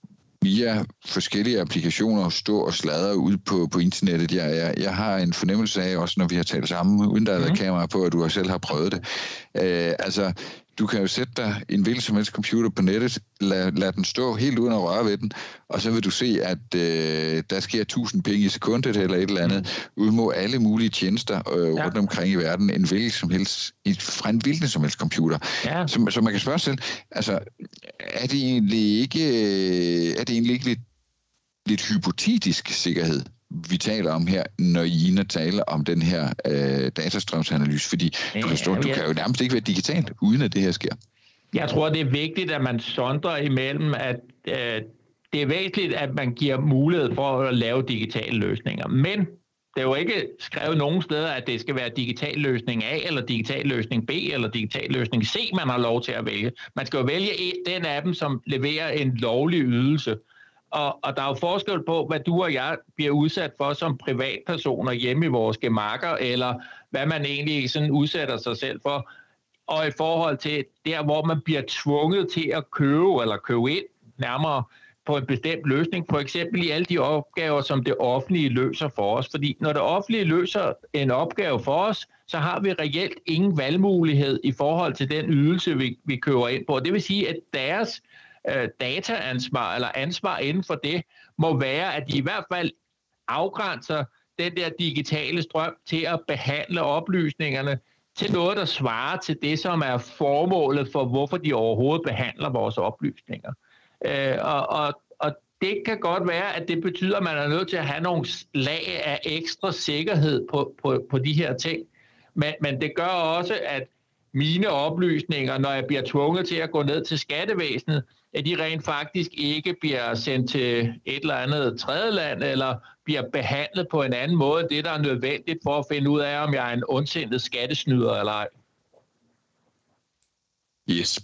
via forskellige applikationer stå og sladre ud på, på internettet. Jeg, jeg, jeg har en fornemmelse af, også når vi har talt sammen, uden der er mm. kamera på, at du selv har prøvet det. Øh, altså, du kan jo sætte dig en hvilken som helst computer på nettet, lad, lad den stå helt uden at røre ved den, og så vil du se, at øh, der sker tusind penge i sekundet eller et eller andet, mm. ud mod alle mulige tjenester øh, ja. rundt omkring i verden, en hvilken som helst, fra en hvilken som helst computer. Ja. Så, så man kan spørge sig selv, altså, er det egentlig ikke, er det egentlig ikke lidt, lidt hypotetisk sikkerhed, vi taler om her, når I inde taler om den her øh, datastrømsanalyse? Fordi du, kan, stå, du kan jo nærmest ikke være digitalt, uden at det her sker. Jeg tror, det er vigtigt, at man sondrer imellem, at øh, det er væsentligt, at man giver mulighed for at lave digitale løsninger. Men det er jo ikke skrevet nogen steder, at det skal være digital løsning A, eller digital løsning B, eller digital løsning C, man har lov til at vælge. Man skal jo vælge den af dem, som leverer en lovlig ydelse. Og, og der er jo forskel på, hvad du og jeg bliver udsat for som privatpersoner hjemme i vores gemakker, eller hvad man egentlig sådan udsætter sig selv for. Og i forhold til der, hvor man bliver tvunget til at købe eller købe ind nærmere på en bestemt løsning, for eksempel i alle de opgaver, som det offentlige løser for os. Fordi når det offentlige løser en opgave for os, så har vi reelt ingen valgmulighed i forhold til den ydelse, vi, vi køber ind på. Det vil sige, at deres øh, dataansvar eller ansvar inden for det må være, at de i hvert fald afgrænser den der digitale strøm til at behandle oplysningerne til noget, der svarer til det, som er formålet for, hvorfor de overhovedet behandler vores oplysninger. Øh, og, og, og det kan godt være, at det betyder, at man er nødt til at have nogle lag af ekstra sikkerhed på, på, på de her ting. Men, men det gør også, at mine oplysninger, når jeg bliver tvunget til at gå ned til skattevæsenet, at de rent faktisk ikke bliver sendt til et eller andet tredjeland, eller bliver behandlet på en anden måde end det, der er nødvendigt for at finde ud af, om jeg er en ondsindet skattesnyder eller ej. Yes.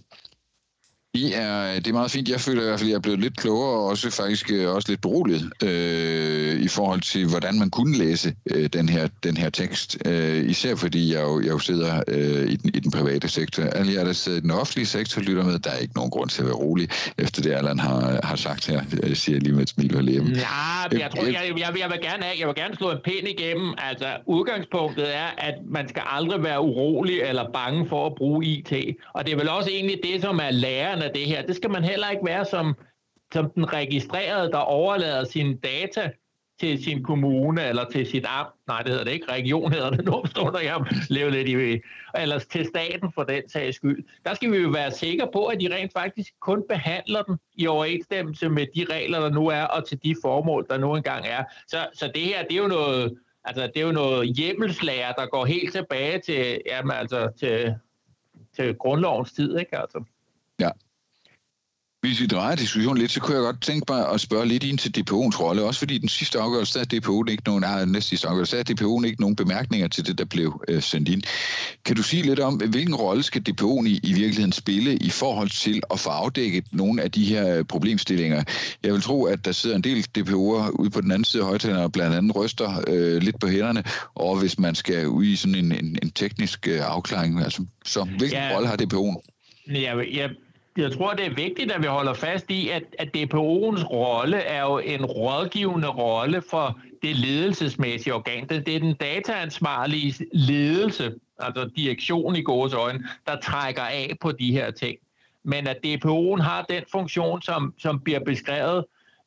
Det er, det er meget fint. Jeg føler i hvert fald, at jeg er blevet lidt klogere, og også faktisk også lidt beroliget øh, i forhold til, hvordan man kunne læse øh, den, her, den her tekst. Øh, især fordi jeg jo, jeg jo sidder øh, i, den, i den private sektor. Alle jer, der sidder i den offentlige sektor, lytter med. Der er ikke nogen grund til at være rolig, efter det, Allan har, har sagt her. Jeg siger lige med et smil og læben. Ja, jeg, tror, jeg, jeg, jeg, vil gerne have, jeg vil gerne slå en pind igennem. Altså, udgangspunktet er, at man skal aldrig være urolig eller bange for at bruge I T. Og det er vel også egentlig det, som er læreren af det her. Det skal man heller ikke være som, som den registrerede, der overlader sine data til sin kommune eller til sit amt. Nej, det hedder det ikke. Region hedder det nu, står der, jeg lever lidt i. Eller til staten for den sags skyld. Der skal vi jo være sikre på, at de rent faktisk kun behandler dem i overensstemmelse med de regler, der nu er, og til de formål, der nu engang er. Så, så det her, det er jo noget, altså, det er jo noget hjemmelslære, der går helt tilbage til, jamen, altså, til, til grundlovens tid, ikke? Altså. Ja. Hvis vi drejer diskussionen lidt, så kunne jeg godt tænke mig at spørge lidt ind til D P O'ens rolle, også fordi den sidste afgørelse, der er D P O'en ikke nogen, nej, næste sidste afgørelse, der er D P O'en ikke nogen bemærkninger til det, der blev øh, sendt ind. Kan du sige lidt om, hvilken rolle skal D P O'en i, i virkeligheden spille i forhold til at få afdækket nogle af de her problemstillinger? Jeg vil tro, at der sidder en del D P O'er ude på den anden side af højtalerne, og blandt andet ryster øh, lidt på hænderne, og hvis man skal ud i sådan en, en, en teknisk øh, afklaring, altså, så hvilken ja, rolle har D P O'en? Ja, ja. Jeg tror, det er vigtigt, at vi holder fast i, at, at D P O'ens rolle er jo en rådgivende rolle for det ledelsesmæssige organ. Det, det er den dataansvarlige ledelse, altså direktion i gåseøjne, der trækker af på de her ting. Men at D P O'en har den funktion, som, som bliver beskrevet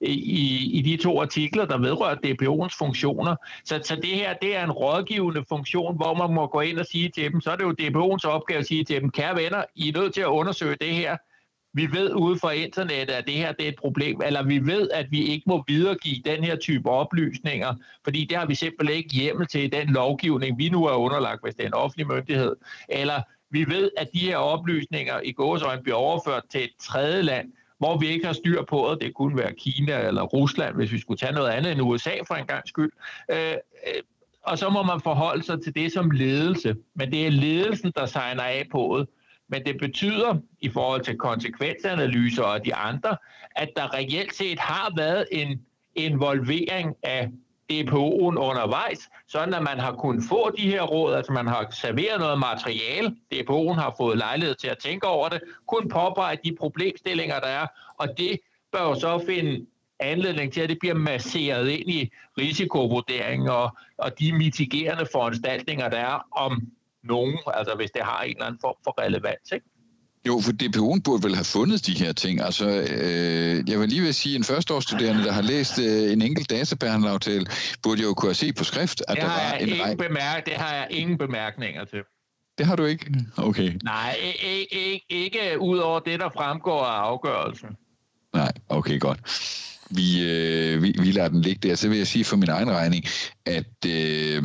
i, i de to artikler, der vedrører D P O'ens funktioner. Så, så det her, det er en rådgivende funktion, hvor man må gå ind og sige til dem, så er det jo D P O'ens opgave at sige til dem, kære venner, I er nødt til at undersøge det her. Vi ved ude fra internettet, at det her det er et problem, eller vi ved, at vi ikke må videregive den her type oplysninger, fordi det har vi simpelthen ikke hjemmel til i den lovgivning, vi nu er underlagt, hvis det er en offentlig myndighed. Eller vi ved, at de her oplysninger i gåseøjne bliver overført til et tredje land, hvor vi ikke har styr på det. Det kunne være Kina eller Rusland, hvis vi skulle tage noget andet end U S A for en gang skyld. Øh, øh, og så må man forholde sig til det som ledelse. Men det er ledelsen, der signer af på det. Men det betyder, i forhold til konsekvensanalyser og de andre, at der reelt set har været en involvering af D P O'en undervejs, sådan at man har kunnet få de her råd, altså man har serveret noget materiale, D P O'en har fået lejlighed til at tænke over det, kun påpege de problemstillinger, der er, og det bør jo så finde anledning til, at det bliver masseret ind i risikovurderingen og, og de mitigerende foranstaltninger, der er om nogen, altså hvis det har en eller anden form for relevans, ikke? Jo, for D P O'en burde vel have fundet de her ting. Altså, øh, jeg vil lige vil sige, at en førsteårsstuderende, der har læst øh, en enkelt databehandleraftale, burde jo kunne se på skrift, at det der har var jeg en ingen rej... bemærk- Det har jeg ingen bemærkninger til. Det har du ikke? Okay. Nej, ikke, ikke, ikke ud over det, der fremgår af afgørelsen. Nej, okay, godt. Vi, øh, vi, vi lader den ligge der. Så vil jeg sige for min egen regning, at... Øh,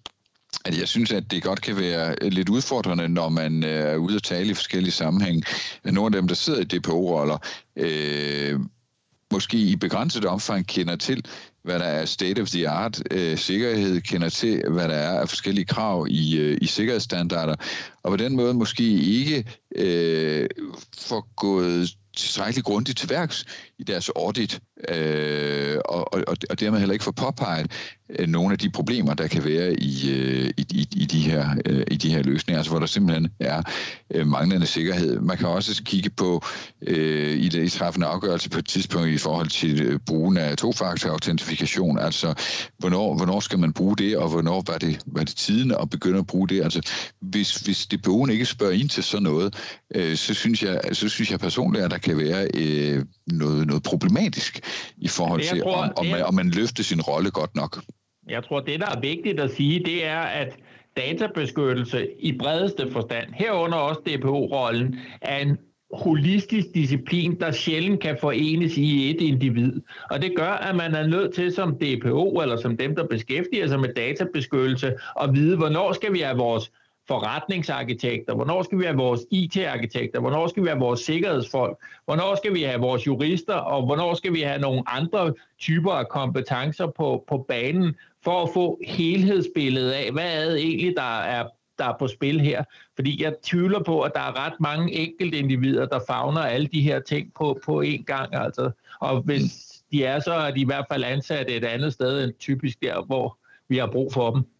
at jeg synes, at det godt kan være lidt udfordrende, når man er ude at tale i forskellige sammenhæng. Nogle af dem, der sidder i D P O-roller, øh, måske i begrænset omfang kender til, hvad der er state of the art øh, sikkerhed, kender til, hvad der er af forskellige krav i, øh, i sikkerhedsstandarder, og på den måde måske ikke øh, får gået tilstrækkeligt grundigt til værks i deres audit, øh, og, og, og dermed heller ikke får påpeget øh, nogle af de problemer, der kan være i, øh, i, i, i, de her, øh, i de her løsninger, altså hvor der simpelthen er øh, manglende sikkerhed. Man kan også kigge på øh, i det træffende afgørelse på et tidspunkt i forhold til øh, brugen af tofaktor-autentifikation, altså hvornår, hvornår skal man bruge det, og hvornår var det, var det tiden at begynde at bruge det. Altså hvis, hvis D P O'en ikke spørger ind til sådan noget, øh, så, synes jeg, så synes jeg personligt, at der kan være øh, noget, noget problematisk i forhold til, tror, om, om, man, om man løfter sin rolle godt nok. Jeg tror, det, der er vigtigt at sige, det er, at databeskyttelse i bredeste forstand, herunder også D P O-rollen, er en holistisk disciplin, der sjældent kan forenes i et individ. Og det gør, at man er nødt til som D P O, eller som dem, der beskæftiger sig med databeskyttelse, at vide, hvornår skal vi have vores forretningsarkitekter, hvornår skal vi have vores I T-arkitekter, hvornår skal vi have vores sikkerhedsfolk, hvornår skal vi have vores jurister, og hvornår skal vi have nogle andre typer af kompetencer på, på banen, for at få helhedsbilledet af, hvad er det egentlig, der er, der er på spil her. Fordi jeg tvivler på, at der er ret mange enkelte individer, der favner alle de her ting på, på én gang. Altså. Og hvis de er, så er de i hvert fald ansat et andet sted end typisk der, hvor vi har brug for dem.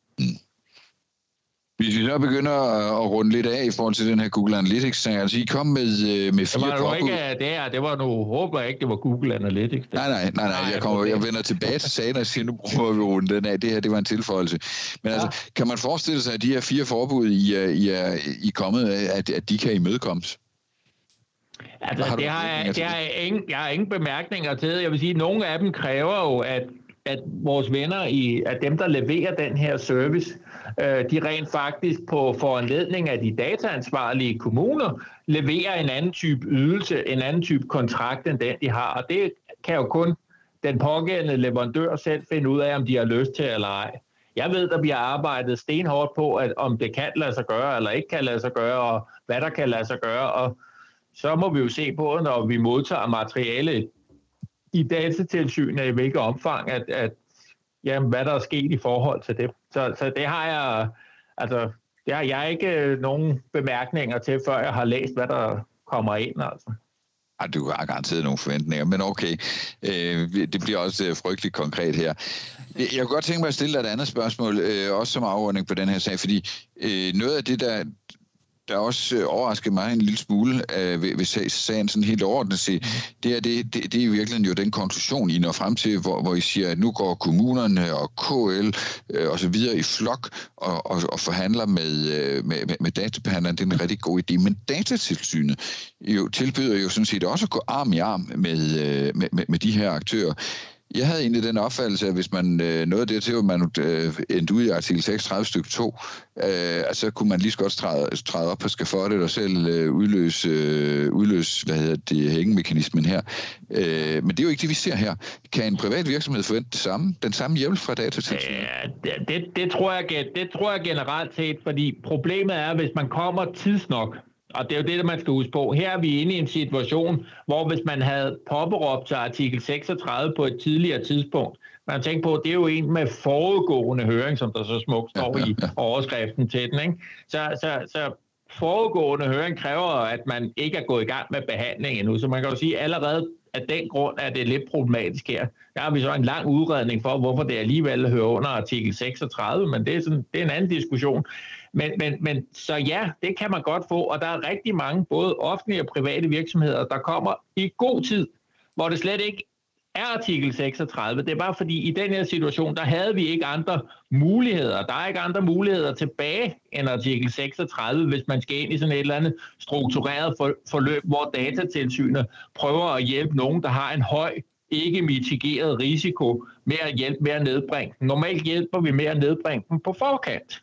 Hvis vi så begynder at runde lidt af i forhold til den her Google Analytics-sag, altså I kom med, med fire det var påbud. Ikke, det, her, det var nu, håber jeg ikke, det var Google Analytics. Nej, nej, nej, nej, jeg, kommer, jeg vender tilbage til sagen og siger, nu prøver vi at runde den af. Det her, det var en tilføjelse. Men ja. altså, kan man forestille sig, at de her fire forbud, I er, I er, I er kommet af, at, at de kan imødekommes? Altså, har det har jeg, det har jeg, ingen, jeg har ingen bemærkninger til. Jeg vil sige, at nogle af dem kræver jo, at at vores venner, i, at dem, der leverer den her service, øh, de rent faktisk på foranledning af de dataansvarlige kommuner, leverer en anden type ydelse, en anden type kontrakt, end den, de har. Og det kan jo kun den pågældende leverandør selv finde ud af, om de har lyst til eller ej. Jeg ved, der bliver arbejdet stenhårdt på, at om det kan lade sig gøre, eller ikke kan lade sig gøre, og hvad der kan lade sig gøre. Og så må vi jo se på, når vi modtager materiale i Datatilsynet, i hvilket omfang, at, at jamen, hvad der er sket i forhold til det. Så, så det har jeg, altså, det har jeg ikke nogen bemærkninger til, før jeg har læst, hvad der kommer ind, altså. Ej, du har garanteret nogle forventninger, men okay, øh, det bliver også frygteligt konkret her. Jeg kunne godt tænke mig at stille dig et andet spørgsmål, øh, også som afrunding på den her sag, fordi øh, noget af det, der der også øh, overrasker mig en lille smule øh, ved, ved sagen sådan helt overordnet set, mm. det er det, det, det er i virkeligheden jo den konklusion, I når frem til, hvor, hvor I siger, at nu går kommunerne og K L øh, og så videre i flok og, og, og forhandler med, øh, med, med, med databehandleren. Det er en rigtig god idé. Men Datatilsynet jo, tilbyder jo sådan set også at gå arm i arm med, øh, med, med, med de her aktører. Jeg havde egentlig den opfattelse, at hvis man øh, nåede det til, at man øh, endte ud i artikel seksogtredive stykke to, øh, altså kunne man lige så godt træde, træde op på skafottet og selv øh, udløse, øh, udløse hvad hedder det, hængemekanismen her. Øh, men det er jo ikke det, vi ser her. Kan en privat virksomhed forvente det samme, den samme hjælp fra Datatilsynet? Ja, det, det, det, tror jeg, det tror jeg generelt set, fordi problemet er, hvis man kommer tidsnok, og det er jo det, man skal huske på. Her er vi inde i en situation, hvor hvis man havde påberåbt til artikel seksogtredive på et tidligere tidspunkt, man tænker på, det er jo en med forudgående høring, som der så smukt står ja, ja, ja. i overskriften til den. Ikke? Så, så, så forudgående høring kræver, at man ikke er gået i gang med behandling endnu. Så man kan jo sige, at allerede af den grund er det lidt problematisk her. Der har vi så en lang udredning for, hvorfor det alligevel hører under artikel seksogtredive, men det er, sådan, det er en anden diskussion. Men, men, men så ja, det kan man godt få, og der er rigtig mange, både offentlige og private virksomheder, der kommer i god tid, hvor det slet ikke er artikel seksogtredive. Det er bare fordi, i den her situation, der havde vi ikke andre muligheder. Der er ikke andre muligheder tilbage end artikel seksogtredive, hvis man skal ind i sådan et eller andet struktureret forløb, hvor Datatilsynet prøver at hjælpe nogen, der har en høj, ikke mitigeret risiko, med at hjælpe med at nedbringe den. Normalt hjælper vi med at nedbringe den på forkant.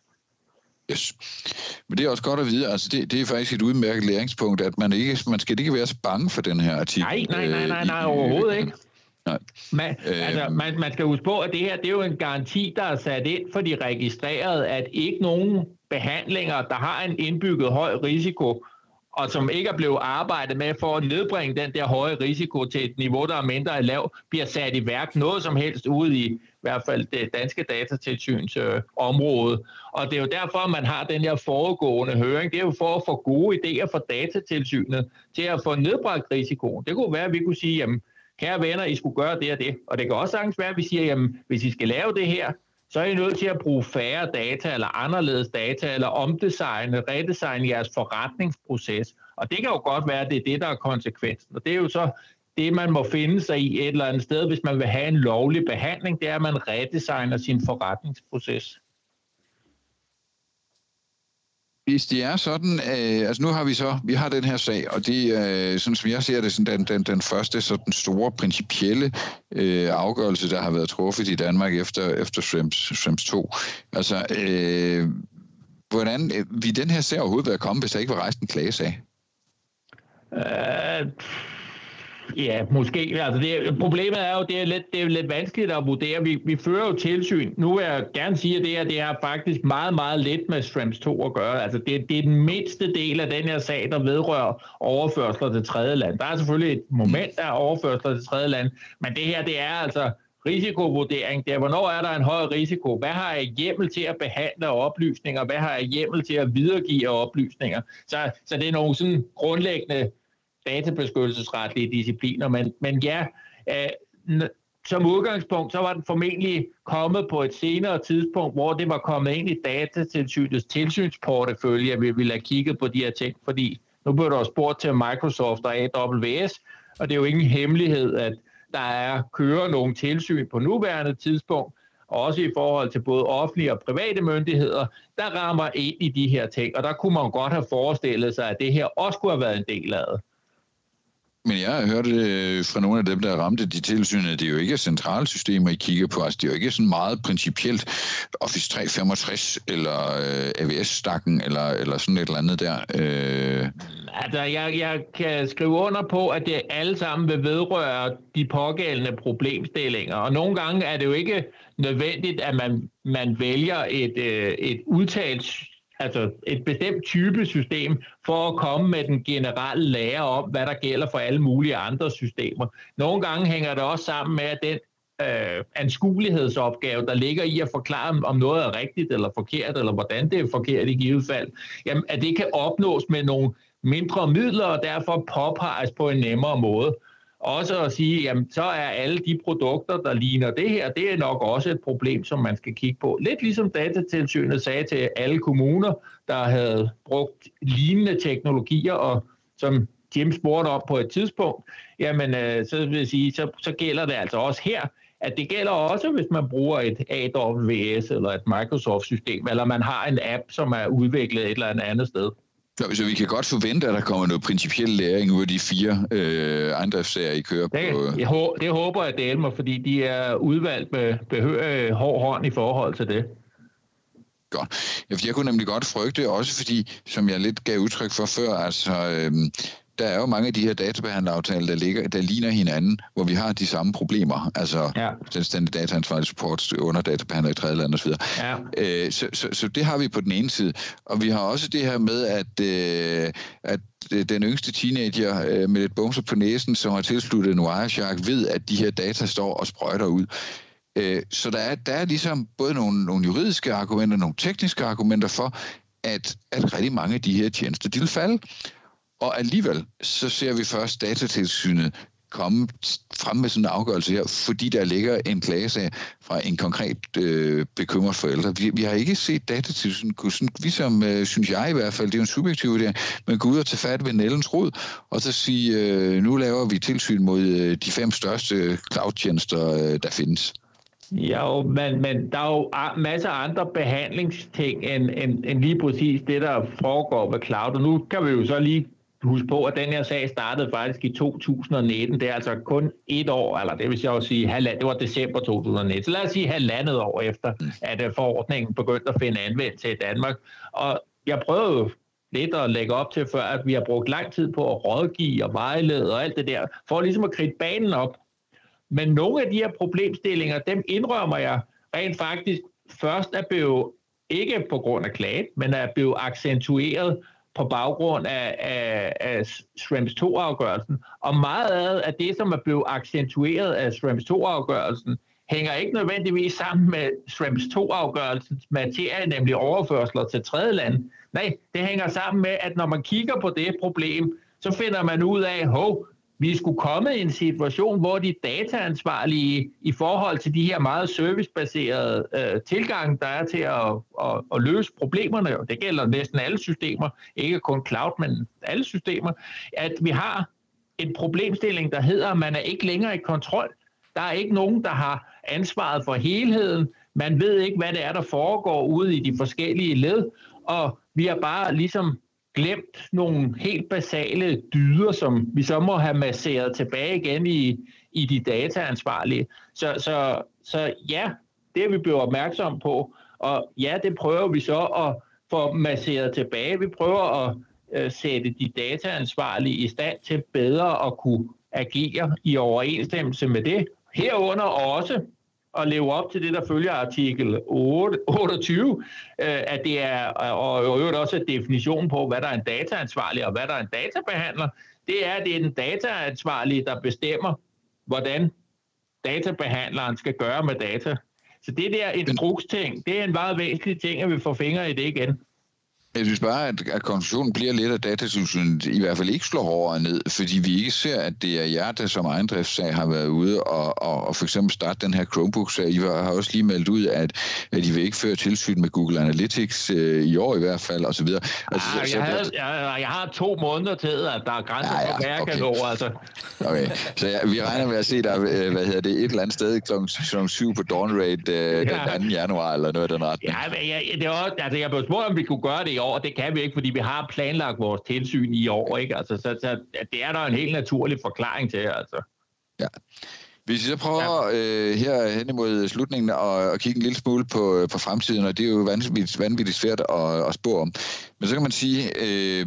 Yes. Men det er også godt at vide, altså det, det er faktisk et udmærket læringspunkt, at man ikke man skal ikke være så bange for den her artikel. Nej, nej, nej, nej, nej overhovedet ikke. Nej. Man, øh, altså, man, man skal huske på, at det her det er jo en garanti, der er sat ind for de registrerede, at ikke nogen behandlinger, der har en indbygget høj risiko, og som ikke er blevet arbejdet med for at nedbringe den der høje risiko til et niveau, der er mindre end lav, bliver sat i værk noget som helst ude i i hvert fald det danske datatilsyns øh, område. Og det er jo derfor, man har den her foregående høring. Det er jo for at få gode idéer fra Datatilsynet til at få nedbragt risikoen. Det kunne være, at vi kunne sige, jamen, kære venner, I skulle gøre det og det. Og det kan også sagtens være, at vi siger, jamen, hvis I skal lave det her, så er I nødt til at bruge færre data, eller anderledes data, eller omdesigne, redesigne jeres forretningsproces. Og det kan jo godt være, at det er det, der er konsekvensen. Og det er jo så det, man må finde sig i et eller andet sted, hvis man vil have en lovlig behandling, det er, at man redesigner sin forretningsproces. Hvis det er sådan, øh, altså nu har vi så, vi har den her sag, og det er, øh, sådan som jeg ser det, sådan den, den, den første sådan store principielle øh, afgørelse, der har været truffet i Danmark efter, efter Schrems, Schrems to. Altså, øh, hvordan vil den her sag overhovedet være kommet, hvis der ikke var rejst en klagesag? Uh, ja, måske. Altså det, problemet er jo, det er lidt, det er lidt vanskeligt at vurdere. Vi, vi fører jo tilsyn. Nu vil jeg gerne sige, at det her det har faktisk meget, meget lidt med Schrems to at gøre. Altså det, det er den mindste del af den her sag, der vedrører overførsler til tredje land. Der er selvfølgelig et moment af overførsler til tredje land, men det her, det er altså risikovurdering. Det er, hvornår er der en høj risiko? Hvad har jeg hjemmel til at behandle oplysninger? Hvad har jeg hjemmel til at videregive oplysninger? Så, så det er nogle sådan grundlæggende databeskyttelsesretlige discipliner, men, men ja, øh, som udgangspunkt, så var den formentlig kommet på et senere tidspunkt, hvor det var kommet ind i Datatilsynets tilsynsportefølje, at vi ville have kigget på de her ting, fordi nu blev der spurgt til Microsoft og A W S, og det er jo ingen hemmelighed, at der er kører nogle tilsyn på nuværende tidspunkt, også i forhold til både offentlige og private myndigheder, der rammer ind i de her ting, og der kunne man godt have forestillet sig, at det her også kunne have været en del af det. Men jeg har hørt øh, fra nogle af dem, der ramte de tilsynede, det er jo ikke centralsystemer, I kigger på. Altså, det er jo ikke sådan meget principielt Office tre femogtres eller øh, A W S-stakken eller, eller sådan et eller andet der. Øh. Altså, jeg, jeg kan skrive under på, at det alle sammen vil vedrøre de pågældende problemstillinger. Og nogle gange er det jo ikke nødvendigt, at man, man vælger et, øh, et udtalt altså et bestemt type system, for at komme med den generelle lære om, hvad der gælder for alle mulige andre systemer. Nogle gange hænger det også sammen med, at den øh, anskuelighedsopgave, der ligger i at forklare, om noget er rigtigt eller forkert, eller hvordan det er forkert i givet fald, jamen, at det kan opnås med nogle mindre midler, og derfor påpeges på en nemmere måde. Også at sige, jamen så er alle de produkter, der ligner det her, det er nok også et problem, som man skal kigge på. Lidt ligesom Datatilsynet sagde til alle kommuner, der havde brugt lignende teknologier, og som Jim spurgte om på et tidspunkt, jamen øh, så vil jeg sige, så, så gælder det altså også her, at det gælder også, hvis man bruger et A W S eller et Microsoft-system, eller man har en app, som er udviklet et eller andet sted. Så vi kan godt forvente, at der kommer noget principiel læring ud af de fire øh, ejendomssager, I kører på. Det, jeg hå, det håber jeg, det er mig, fordi de er udvalgt med behørig hård hånd i forhold til det. Godt. Ja, jeg kunne nemlig godt frygte, også fordi, som jeg lidt gav udtryk for før, altså... Øh, der er jo mange af de her databehandleraftaler, der, ligger, der ligner hinanden, hvor vi har de samme problemer. Altså ja. Selvstændig dataansvarlig support under databehandler i tredje land osv. Ja. Øh, så, så, så det har vi på den ene side. Og vi har også det her med, at, øh, at den yngste teenager øh, med et bumser på næsen, som har tilsluttet en Wireshark, ved, at de her data står og sprøjter ud. Øh, så der er, der er ligesom både nogle, nogle juridiske argumenter, nogle tekniske argumenter for, at, at rigtig mange af de her tjenester, de vil falde. Og alligevel, så ser vi først Datatilsynet komme frem med sådan en afgørelse her, fordi der ligger en klagesag fra en konkret øh, bekymret forælder. Vi, vi har ikke set Datatilsynet kunne sådan, ligesom, øh, synes jeg i hvert fald, det er jo en subjektiv idé, men gå ud og tage fat ved nældens rod, og så sige, øh, nu laver vi tilsyn mod øh, de fem største cloud-tjenester, øh, der findes. Jo, men, men der er jo masser af andre behandlingsting end, end, end lige præcis det, der foregår ved cloud. Og nu kan vi jo så lige huske på, at den her sag startede faktisk i to tusind nitten. Det er altså kun et år, eller det vil jeg også sige, det var december to tusind nitten. Så lad os sige halvandet år efter, at forordningen begyndte at finde anvendelse i Danmark. Og jeg prøvede lidt at lægge op til før, at vi har brugt lang tid på at rådgive og vejlede og alt det der, for ligesom at kridte banen op. Men nogle af de her problemstillinger, dem indrømmer jeg rent faktisk først er blevet, ikke på grund af klagen, men er blevet accentueret på baggrund af, af, af Schrems to afgørelsen. Og meget af det, som er blevet accentueret af Schrems to afgørelsen, hænger ikke nødvendigvis sammen med Schrems to afgørelsens materie, nemlig overførsler til tredje land. Nej, det hænger sammen med, at når man kigger på det problem, så finder man ud af, hov, vi skulle komme i en situation, hvor de dataansvarlige i forhold til de her meget servicebaserede øh, tilgange, der er til at, at, at løse problemerne, og det gælder næsten alle systemer, ikke kun cloud, men alle systemer, at vi har en problemstilling, der hedder, at man er ikke længere i kontrol. Der er ikke nogen, der har ansvaret for helheden. Man ved ikke, hvad det er, der foregår ude i de forskellige led, og vi har bare ligesom glemt nogle helt basale dyder, som vi så må have masseret tilbage igen i, i de dataansvarlige. Så, så, så ja, det er vi blevet opmærksom på, og ja, det prøver vi så at få masseret tilbage. Vi prøver at øh, sætte de dataansvarlige i stand til bedre at kunne agere i overensstemmelse med det. Herunder også at leve op til det, der følger artikel otteogtyve, øh, at det er, og i øvrigt også definitionen på, hvad der er en dataansvarlig og hvad der er en databehandler, det er, at det er den dataansvarlige, der bestemmer, hvordan databehandleren skal gøre med data. Så det der instruksting, det er en meget væsentlig ting, at vi får fingre i det igen. Jeg synes bare, at, at konklusionen bliver lidt, at Datatilsynet i hvert fald ikke slår hårdere ned, fordi vi ikke ser, at det er jer, der som ejendriftssag har været ude og, og, og for eksempel starte den her Chromebook-sag. I har også lige meldt ud, at, at I vil ikke føre tilsyn med Google Analytics øh, i år i hvert fald, og så videre. Altså, ah, så, jeg, havde, så, jeg, jeg har to måneder til, at der er grænser ja, ja, for, hvad jeg okay. kan nå, altså. Okay, så ja, vi regner med at se der, hvad hedder det, et eller andet sted klokken syv på Dawn Raid øh, den anden januar, eller noget af den retning. Ja, men jeg, det er også, altså, jeg blev spurgt, om vi kunne gøre det i år, og det kan vi ikke, fordi vi har planlagt vores tilsyn i år, ikke? Altså, så, så det er der en helt naturlig forklaring til, altså. Ja. Hvis vi så prøver ja. øh, her hen imod slutningen at, at kigge en lille smule på, på fremtiden, og det er jo vanvittigt, vanvittigt svært at, at spå om. Men så kan man sige, øh,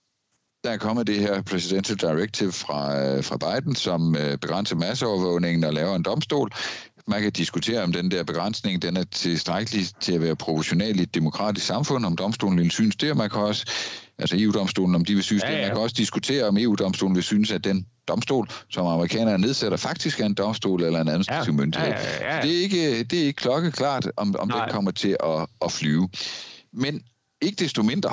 der er kommet det her Presidential Directive fra, fra Biden, som øh, begrænser masseovervågningen og laver en domstol. Man kan diskutere, om den der begrænsning den er tilstrækkelig til at være proportional i et demokratisk samfund, om domstolen vil synes det, og man kan også, altså E U-domstolen, om de vil synes ja, ja. det. Man kan også diskutere, om E U-domstolen vil synes, at den domstol, som amerikanerne nedsætter, faktisk er en domstol eller en administrativ ja, myndighed. Ja, ja, ja. Det er ikke, det er ikke klokkeklart, om, om den kommer til at, at flyve. Men ikke desto mindre,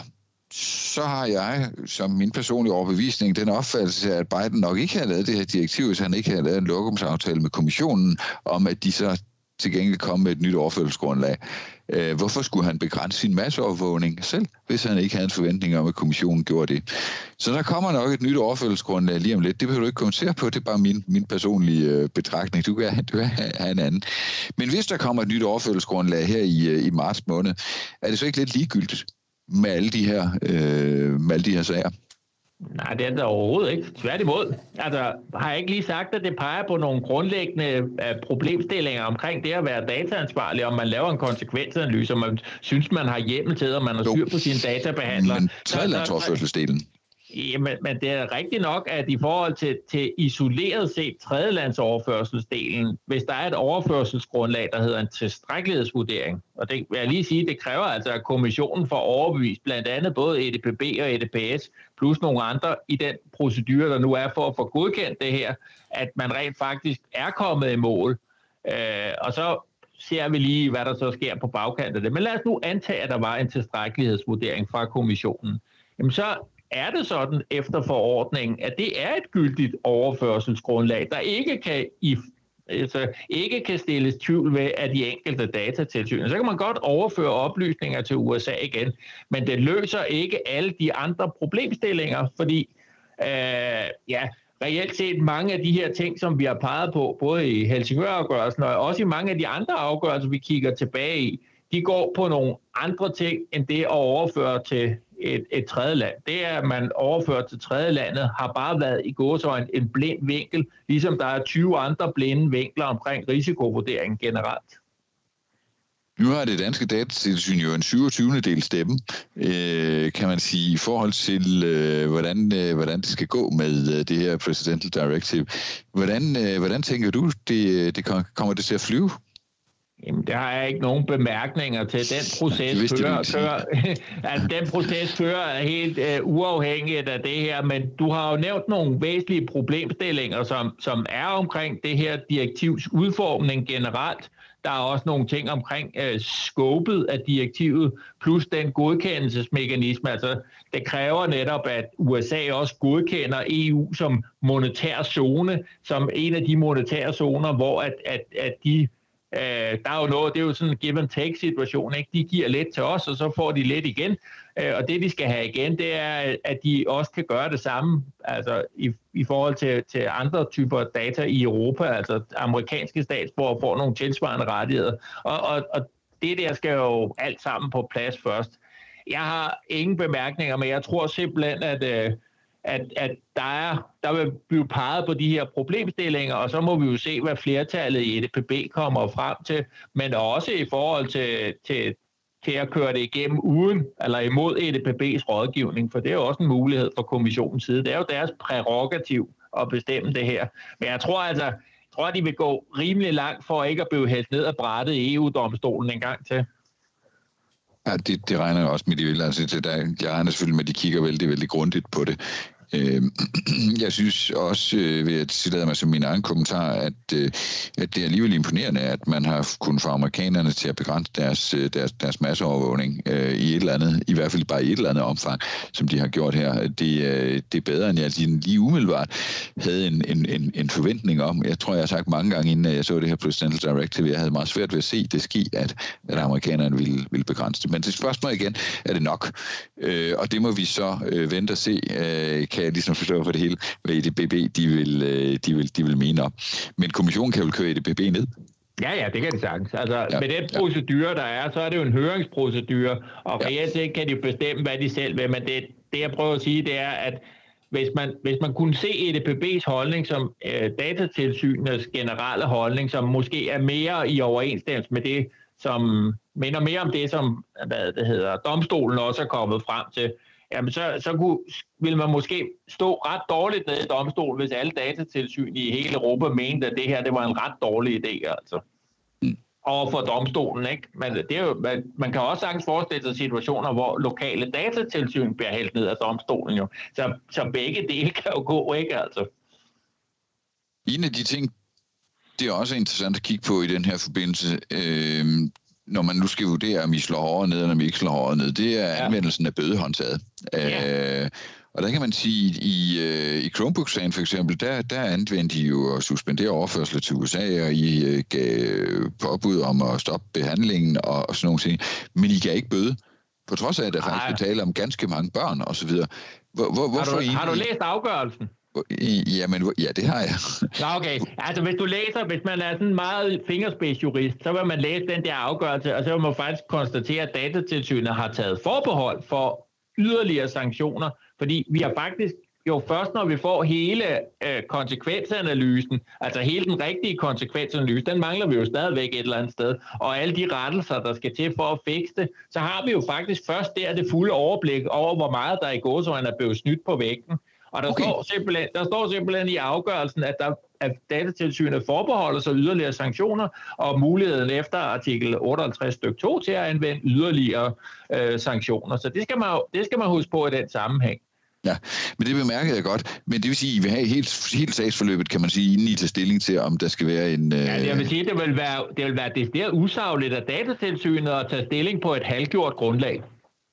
så har jeg, som min personlige overbevisning, den opfattelse, at Biden nok ikke havde lavet det her direktiv, hvis han ikke havde lavet en lokumsaftale med kommissionen, om at de så til gengæld komme med et nyt overførselsgrundlag. Øh, hvorfor skulle han begrænse sin masseovervågning selv, hvis han ikke havde en forventning om, at kommissionen gjorde det? Så der kommer nok et nyt overførselsgrundlag lige om lidt. Det behøver du ikke kommentere på, det er bare min, min personlige øh, betragtning. Du kan, du kan have en anden. Men hvis der kommer et nyt overførselsgrundlag her i, i marts måned, er det så ikke lidt ligegyldigt med alle de her, øh, med alle de her sager? Nej, det er det overhovedet ikke. Tværtimod. Altså, har jeg ikke lige sagt, at det peger på nogle grundlæggende uh, problemstillinger omkring det at være dataansvarlig, om man laver en konsekvensanalyse, og man synes, man har hjemmel til, og man har styr på sine databehandlere. Men tredjelandsoverførselsdelen. Jamen, men det er rigtigt nok, at i forhold til, til isoleret set tredjelandsoverførselsdelen, hvis der er et overførselsgrundlag, der hedder en tilstrækkelighedsvurdering, og det vil jeg lige sige, det kræver altså, at kommissionen får overbevist blandt andet både E D P B og E D P S, plus nogle andre i den procedure, der nu er for at få godkendt det her, at man rent faktisk er kommet i mål. Øh, og så ser vi lige, hvad der så sker på bagkant af det. Men lad os nu antage, at der var en tilstrækkelighedsvurdering fra kommissionen. Jamen så er det sådan efter forordningen, at det er et gyldigt overførselsgrundlag, der ikke kan, i, altså, ikke kan stilles tvivl ved af de enkelte datatilsyn. Så kan man godt overføre oplysninger til U S A igen, men det løser ikke alle de andre problemstillinger, fordi øh, ja, reelt set mange af de her ting, som vi har peget på, både i Helsingør-afgørelsen og også i mange af de andre afgørelser, vi kigger tilbage i, de går på nogle andre ting, end det at overføre til et, et tredje land. Det er, at man overfører til tredje landet, har bare været i gåseøjne en blind vinkel, ligesom der er tyve andre blinde vinkler omkring risikovurderingen generelt. Nu har det danske datatilsyn jo en syvogtyvende del stemme, øh, kan man sige, i forhold til, øh, hvordan, øh, hvordan det skal gå med øh, det her Presidential Directive. Hvordan, øh, hvordan tænker du, det, det kommer det til at flyve? Jamen, der har jeg ikke nogen bemærkninger til. Den proces kører, kører, altså, den proces kører helt uh, uafhængigt af det her, men du har jo nævnt nogle væsentlige problemstillinger, som, som er omkring det her direktivs udformning generelt. Der er også nogle ting omkring uh, skåbet af direktivet, plus den godkendelsesmekanisme. Altså, det kræver netop, at U S A også godkender E U som monetær zone, som en af de monetære zoner, hvor at, at, at de Uh, der er jo noget, det er jo sådan en give-and-take-situation, ikke? De giver lidt til os, og så får de lidt igen. Uh, og det, de skal have igen, det er, at de også kan gøre det samme altså i, i forhold til, til andre typer data i Europa. Altså amerikanske statsborgere får nogle tilsvarende rettigheder. Og, og, og det der skal jo alt sammen på plads først. Jeg har ingen bemærkninger, men jeg tror simpelthen, at... Uh, At, at der, er, der vil blive peget på de her problemstillinger, og så må vi jo se, hvad flertallet i E D P B kommer frem til, men også i forhold til, til til at køre det igennem uden eller imod E D P B's rådgivning, for det er jo også en mulighed fra kommissionens side. Det er jo deres prærogativ at bestemme det her. Men jeg tror altså, jeg tror, at de vil gå rimelig langt for ikke at blive hældt ned af brættet i E U-domstolen en gang til. Ja, det, det regner jeg også med, de vil. Altså, det der, jeg regner selvfølgelig med, at de kigger vældig, vældig grundigt på det. Jeg synes også, ved at tillade mig som min egen kommentar, at, at det er alligevel imponerende, at man har kunnet få amerikanerne til at begrænse deres, deres, deres masseovervågning i et eller andet, i hvert fald bare i et eller andet omfang, som de har gjort her. Det, det er bedre, end jeg lige umiddelbart havde en, en, en, en forventning om. Jeg tror, jeg har sagt mange gange, inden jeg så det her Presidential Directive, jeg havde meget svært ved at se det ske, at, at amerikanerne ville, ville begrænse det. Men til spørgsmålet igen, er det nok? Og det må vi så vente og se, kan jeg ligesom forstå for det hele, hvad E D P B de vil, de vil, de vil mene om. Men kommissionen kan vel køre E D P B ned? Ja, ja, det kan det sagtens. Altså, ja, med den procedure, der er, så er det jo en høringsprocedure, og reelt set kan de jo bestemme, hvad de selv vil, men det, det jeg prøver at sige, det er, at hvis man, hvis man kunne se E D P B's holdning som øh, datatilsynets generelle holdning, som måske er mere i overensstemmelse med det, som minder mere om det, som hvad det hedder, domstolen også er kommet frem til, jamen så, så kunne, ville man måske stå ret dårligt nede i domstolen, hvis alle datatilsyn i hele Europa mente, at det her det var en ret dårlig idé, altså. Mm. Over for domstolen, ikke? Men det er jo, man, man kan også sagtens forestille sig situationer, hvor lokale datatilsyn bliver hældt ned af domstolen, jo. Så, så begge dele kan jo gå, ikke, altså. En af de ting, det er også interessant at kigge på i den her forbindelse, øh, når man nu skal vurdere, om I slår hårdere ned, eller om I ikke slår hårdere ned, det er ja. anvendelsen af bødehåndtaget. Ja. Øh, og der kan man sige, i, i Chromebook-sagen for eksempel, der, der anvendte de jo at suspendere overførsler til U S A, og I uh, gav påbud om at stoppe behandlingen og, og sådan nogle ting. Men I gav ikke bøde, på trods af, at der faktisk betaler om ganske mange børn og så videre. Hvor, hvor, har, du, I, har du læst afgørelsen? Jamen, ja, det har jeg. Nå, okay. Altså, hvis du læser, hvis man er sådan en meget fingerspidsjurist, så vil man læse den der afgørelse, og så vil man faktisk konstatere, at Datatilsynet har taget forbehold for yderligere sanktioner, fordi vi har faktisk jo først, når vi får hele øh, konsekvensanalysen, altså hele den rigtige konsekvensanalyse, den mangler vi jo stadigvæk et eller andet sted, og alle de rettelser, der skal til for at fikse det, så har vi jo faktisk først der det fulde overblik over, hvor meget der i gåseøjne er blevet snydt på vægten. Og der, okay. står simpelthen, der står simpelthen i afgørelsen, at, der, at Datatilsynet forbeholder sig yderligere sanktioner, og muligheden efter artikel otteoghalvtreds stykke to til at anvende yderligere øh, sanktioner. Så det skal, man, det skal man huske på i den sammenhæng. Ja, men det bemærkede jeg godt. Men det vil sige, at I vil have helt, helt sagsforløbet, kan man sige, inden I tager stilling til, om der skal være en... Øh... Ja, jeg vil sige, det vil være, det vil være decideret usagligt af Datatilsynet at tage stilling på et halvgjort grundlag.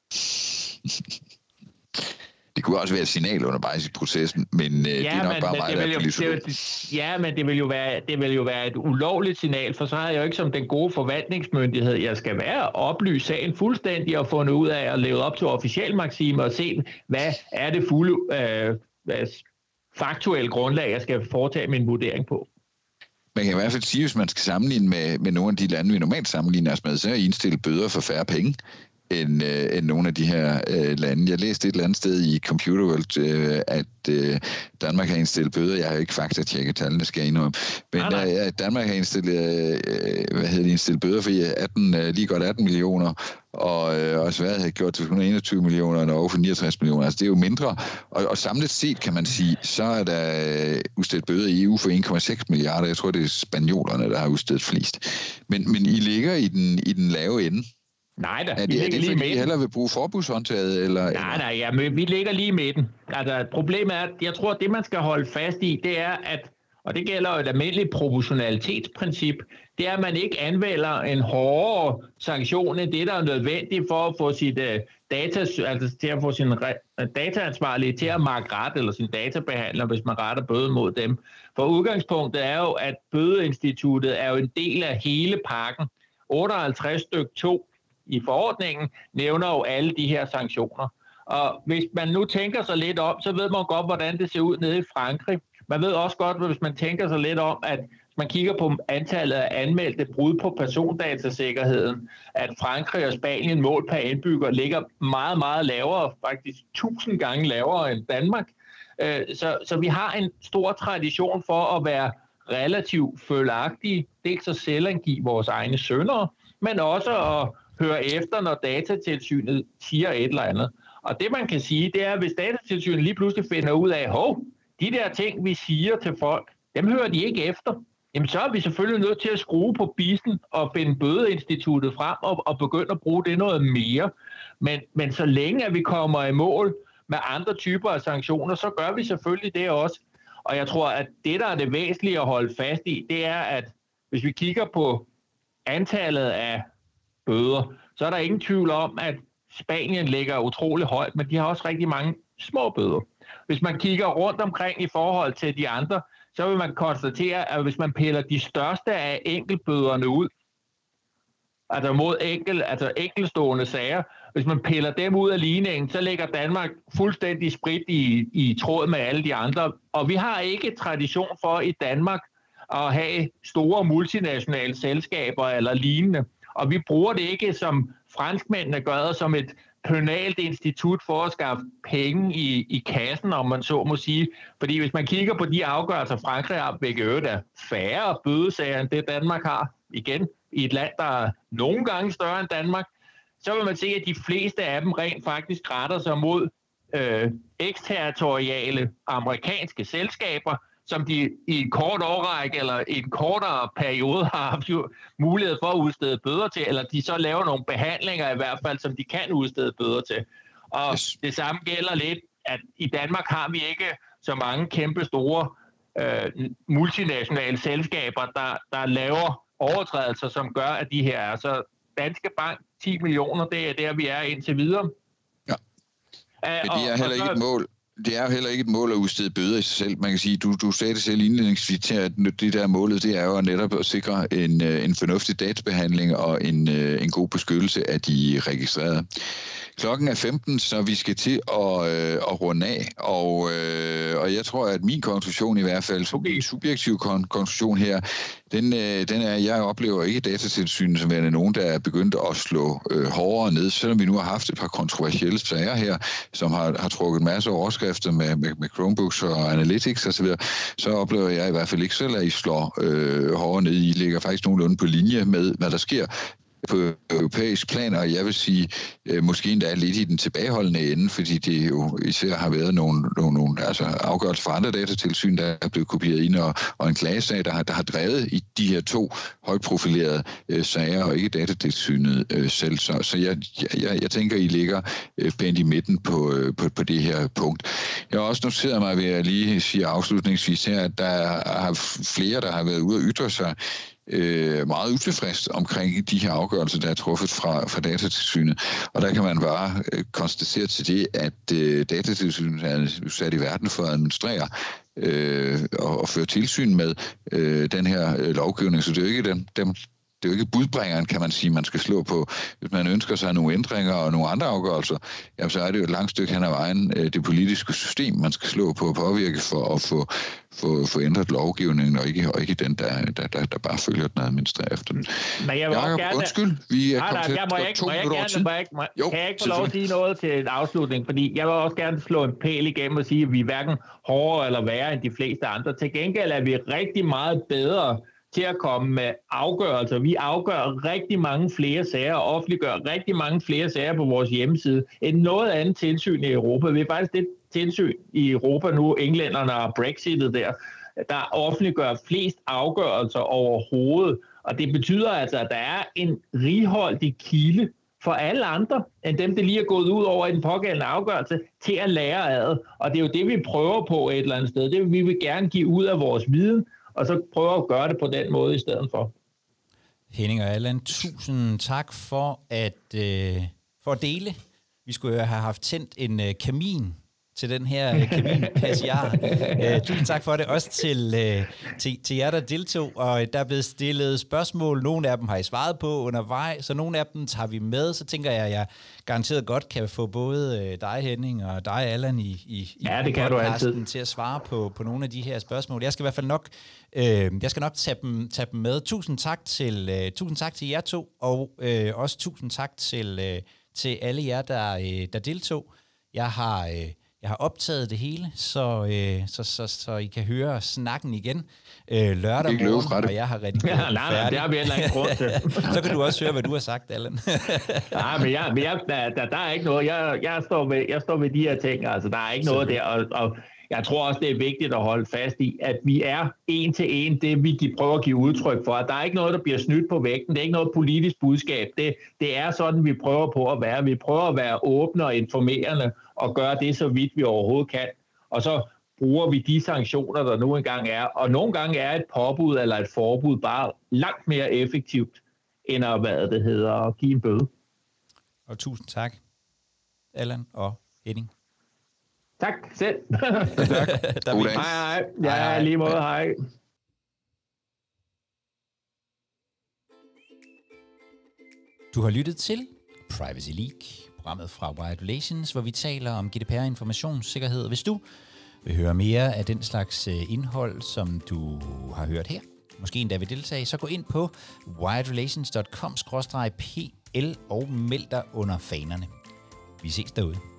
Det kunne også være et signal undervejs i processen, men øh, ja, det er nok men, bare meget, der er politisk. Ja, men det vil, jo være, det vil jo være et ulovligt signal, for så har jeg jo ikke som den gode forvaltningsmyndighed, jeg skal være, oplyse sagen fuldstændig og fundet ud af at leve op til officiel maksime og se, hvad er det fulde øh, faktuelle grundlag, jeg skal foretage min vurdering på. Man kan i hvert fald sige, hvis man skal sammenligne med, med nogle af de lande, vi normalt sammenligner os med, så er indstillet bøder for færre penge. End, øh, end nogle af de her øh, lande. Jeg læste et eller andet sted i Computer World, øh, at øh, Danmark har indstillet bøder. Jeg har jo ikke faktatjekket tallene, skal jeg indrømme. Men ah, øh, Danmark har indstillet, øh, hvad hedder det, indstillet bøder for atten, øh, lige godt atten millioner, og, øh, og Sverige har gjort til et hundrede og enogtyve millioner, og Norge for niogtres millioner. Altså det er jo mindre. Og, og samlet set kan man sige, så er der øh, udstedt bøder i E U for en komma seks milliarder. Jeg tror, det er spanjolerne, der har udstedt flest. Men, men I ligger i den, i den lave ende. Nej da, er det, vi ligger er det, lige fordi I hellere vil bruge forbudshåndtaget? Eller, nej, nej, ja, men vi ligger lige i midten. Altså, problemet er, at jeg tror, at det, man skal holde fast i, det er, at, og det gælder jo et almindeligt proportionalitetsprincip, det er, at man ikke anvender en hårdere sanktion end det, der er nødvendigt for at få sit uh, data, altså til at få sin re- dataansvarlige til at markere ret, eller sin databehandler, hvis man retter bøde mod dem. For udgangspunktet er jo, at bødeinstituttet er jo en del af hele pakken. otteoghalvtreds stykke to i forordningen nævner jo alle de her sanktioner. Og hvis man nu tænker sig lidt om, så ved man godt, hvordan det ser ud nede i Frankrig. Man ved også godt, hvis man tænker sig lidt om, at man kigger på antallet af anmeldte brud på persondatasikkerheden, at Frankrig og Spanien mål per indbygger ligger meget, meget lavere, faktisk tusind gange lavere end Danmark. Så, så vi har en stor tradition for at være relativt følagtige, dels at selvangive vores egne syndere, men også at høre efter, når Datatilsynet siger et eller andet. Og det man kan sige, det er, at hvis Datatilsynet lige pludselig finder ud af, hov, de der ting, vi siger til folk, dem hører de ikke efter. Jamen så er vi selvfølgelig nødt til at skrue på bisen og finde bødeinstituttet frem og, og begynde at bruge det noget mere. Men, men så længe at vi kommer i mål med andre typer af sanktioner, så gør vi selvfølgelig det også. Og jeg tror, at det, der er det væsentlige at holde fast i, det er, at hvis vi kigger på antallet af bøder, så er der ingen tvivl om, at Spanien ligger utrolig højt, men de har også rigtig mange små bøder. Hvis man kigger rundt omkring i forhold til de andre, så vil man konstatere, at hvis man piller de største af enkeltbøderne ud, altså mod enkel, altså enkeltstående sager, hvis man piller dem ud af ligningen, så ligger Danmark fuldstændig spridt i, i tråd med alle de andre. Og vi har ikke tradition for i Danmark at have store multinationale selskaber eller lignende. Og vi bruger det ikke, som franskmændene gør, som et pønalt institut for at skaffe penge i, i kassen, om man så må sige. Fordi hvis man kigger på de afgørelser, Frankrig har, hvilket øvrigt er færre bødesager end det Danmark har, igen, i et land, der er nogle gange større end Danmark, så vil man se, at de fleste af dem rent faktisk retter sig mod øh, eksterritoriale amerikanske selskaber, som de i en kort årrække eller i en kortere periode har haft mulighed for at udstede bøder til, eller de så laver nogle behandlinger i hvert fald, som de kan udstede bøder til. Og yes. Det samme gælder lidt, at i Danmark har vi ikke så mange kæmpe store øh, multinationale selskaber, der, der laver overtrædelser, som gør, at de her er. Så Danske Bank, ti millioner, det er der, vi er indtil videre. Ja, men det er heller ikke et mål. Det er jo heller ikke et mål at udstede bøder i sig selv. Man kan sige, du, du sagde det selv indledningsvis til, at det der målet, det er jo netop at sikre en, en fornuftig databehandling og en, en god beskyttelse af de registrerede. Klokken er femten, så vi skal til at, øh, at runde af, og, øh, og jeg tror, at min konklusion i hvert fald, okay. en subjektiv kon- konklusion her, den, øh, den er, jeg oplever ikke Datatilsynet som værende nogen, der er begyndt at slå øh, hårdere ned, selvom vi nu har haft et par kontroversielle sager her, som har, har trukket en masse overskrifter med, med, med Chromebooks og Analytics osv., så, så oplever jeg i hvert fald ikke selv, at I slår øh, hårdere ned. I ligger faktisk nogenlunde på linje med, hvad der sker på europæisk plan, og jeg vil sige, øh, måske endda lidt i den tilbageholdende ende, fordi det jo især har været nogle, nogle, nogle altså afgørelser fra andre datatilsyn, der er blevet kopieret ind, og, og en klagesag, der har, der har drevet i de her to højprofilerede øh, sager, og ikke datatilsynet øh, selv. Så, så jeg, jeg, jeg tænker, I ligger øh, pænt i midten på, øh, på, på det her punkt. Jeg har også noteret mig, ved at lige sige afslutningsvis her, at der er flere, der har været ude at ytre sig Øh, meget utilfreds omkring de her afgørelser, der er truffet fra, fra Datatilsynet. Og der kan man bare øh, konstatere til det, at øh, Datatilsynet er sat i verden for at administrere øh, og, og føre tilsyn med øh, den her øh, lovgivning. Så det er jo ikke dem, dem det er jo ikke budbringeren, kan man sige, man skal slå på. Hvis man ønsker sig nogle ændringer og nogle andre afgørelser, jamen, så er det jo et langt stykke hen ad vejen det politiske system, man skal slå på og påvirke for at få, få, få ændret lovgivningen, og ikke, og ikke den, der, der, der, der bare følger den og administrerer efter den. Men jeg vil Jacob, gerne... undskyld, vi er kommet til jeg må ikke, to må jeg minutter gerne, må jeg, må, jo, kan jeg ikke få lov at sige noget til en afslutning? Fordi jeg vil også gerne slå en pæl igennem og sige, at vi er hverken hårdere eller værre end de fleste andre. Til gengæld er vi rigtig meget bedre til at komme med afgørelser. Vi afgør rigtig mange flere sager og offentliggør rigtig mange flere sager på vores hjemmeside end noget andet tilsyn i Europa. Vi er faktisk det tilsyn i Europa nu, englænderne og Brexitet der, der offentliggør flest afgørelser overhovedet. Og det betyder altså, at der er en righoldig kilde for alle andre, end dem, der lige er gået ud over i den pågældende afgørelse, til at lære af det. Og det er jo det, vi prøver på et eller andet sted. Det vi vil gerne give ud af vores viden, og så prøve at gøre det på den måde i stedet for. Henning og Allan, tusind tak for at, øh, for at dele. Vi skulle jo have haft tændt en øh, kamin til den her øh, kaminpassiar. øh, tusind tak for det. Også til, øh, til, til jer, der deltog. Og der er blevet stillet spørgsmål. Nogle af dem har I svaret på undervejs, så nogle af dem tager vi med. Så tænker jeg, at jeg garanteret godt kan få både øh, dig, Henning, og dig, Allan, i, i, ja, i podcasten til at svare på, på nogle af de her spørgsmål. Jeg skal i hvert fald nok, øh, jeg skal nok tage dem, tage dem med. Tusind tak til, øh, tusind tak til jer to, og øh, også tusind tak til, øh, til alle jer, der, øh, der deltog. Jeg har... Øh, Jeg har optaget det hele, så, øh, så, så, så I kan høre snakken igen øh, lørdag morgen, og jeg har redigeret ja, nej, færdig. Det har vi heller ikke grund til. Så kan du også høre, hvad du har sagt, Allan. Nej, men, jeg, men jeg, der, der, der er ikke noget. Jeg, jeg, står ved, jeg står ved de her ting, altså der er ikke noget der, og, og jeg tror også, det er vigtigt at holde fast i, at vi er en til en det, vi prøver at give udtryk for. Der er ikke noget, der bliver snydt på vægten. Det er ikke noget politisk budskab. Det, det er sådan, vi prøver på at være. Vi prøver at være åbne og informerende og gøre det så vidt, vi overhovedet kan. Og så bruger vi de sanktioner, der nu engang er. Og nogle gange er et påbud eller et forbud bare langt mere effektivt, end at, hvad det hedder, at give en bøde. Og tusind tak, Allan og Henning. Tak selv. Tak. God dag. Hej, hej. Ja, hej, hej. Lige måde, hej. Du har lyttet til Privacy League, programmet fra Wired Relations, hvor vi taler om G D P R informationssikkerhed. Hvis du vil høre mere af den slags indhold, som du har hørt her, måske endda vil deltage, så gå ind på wired relations punktum com skråstreg p l og meld dig under fanerne. Vi ses derude.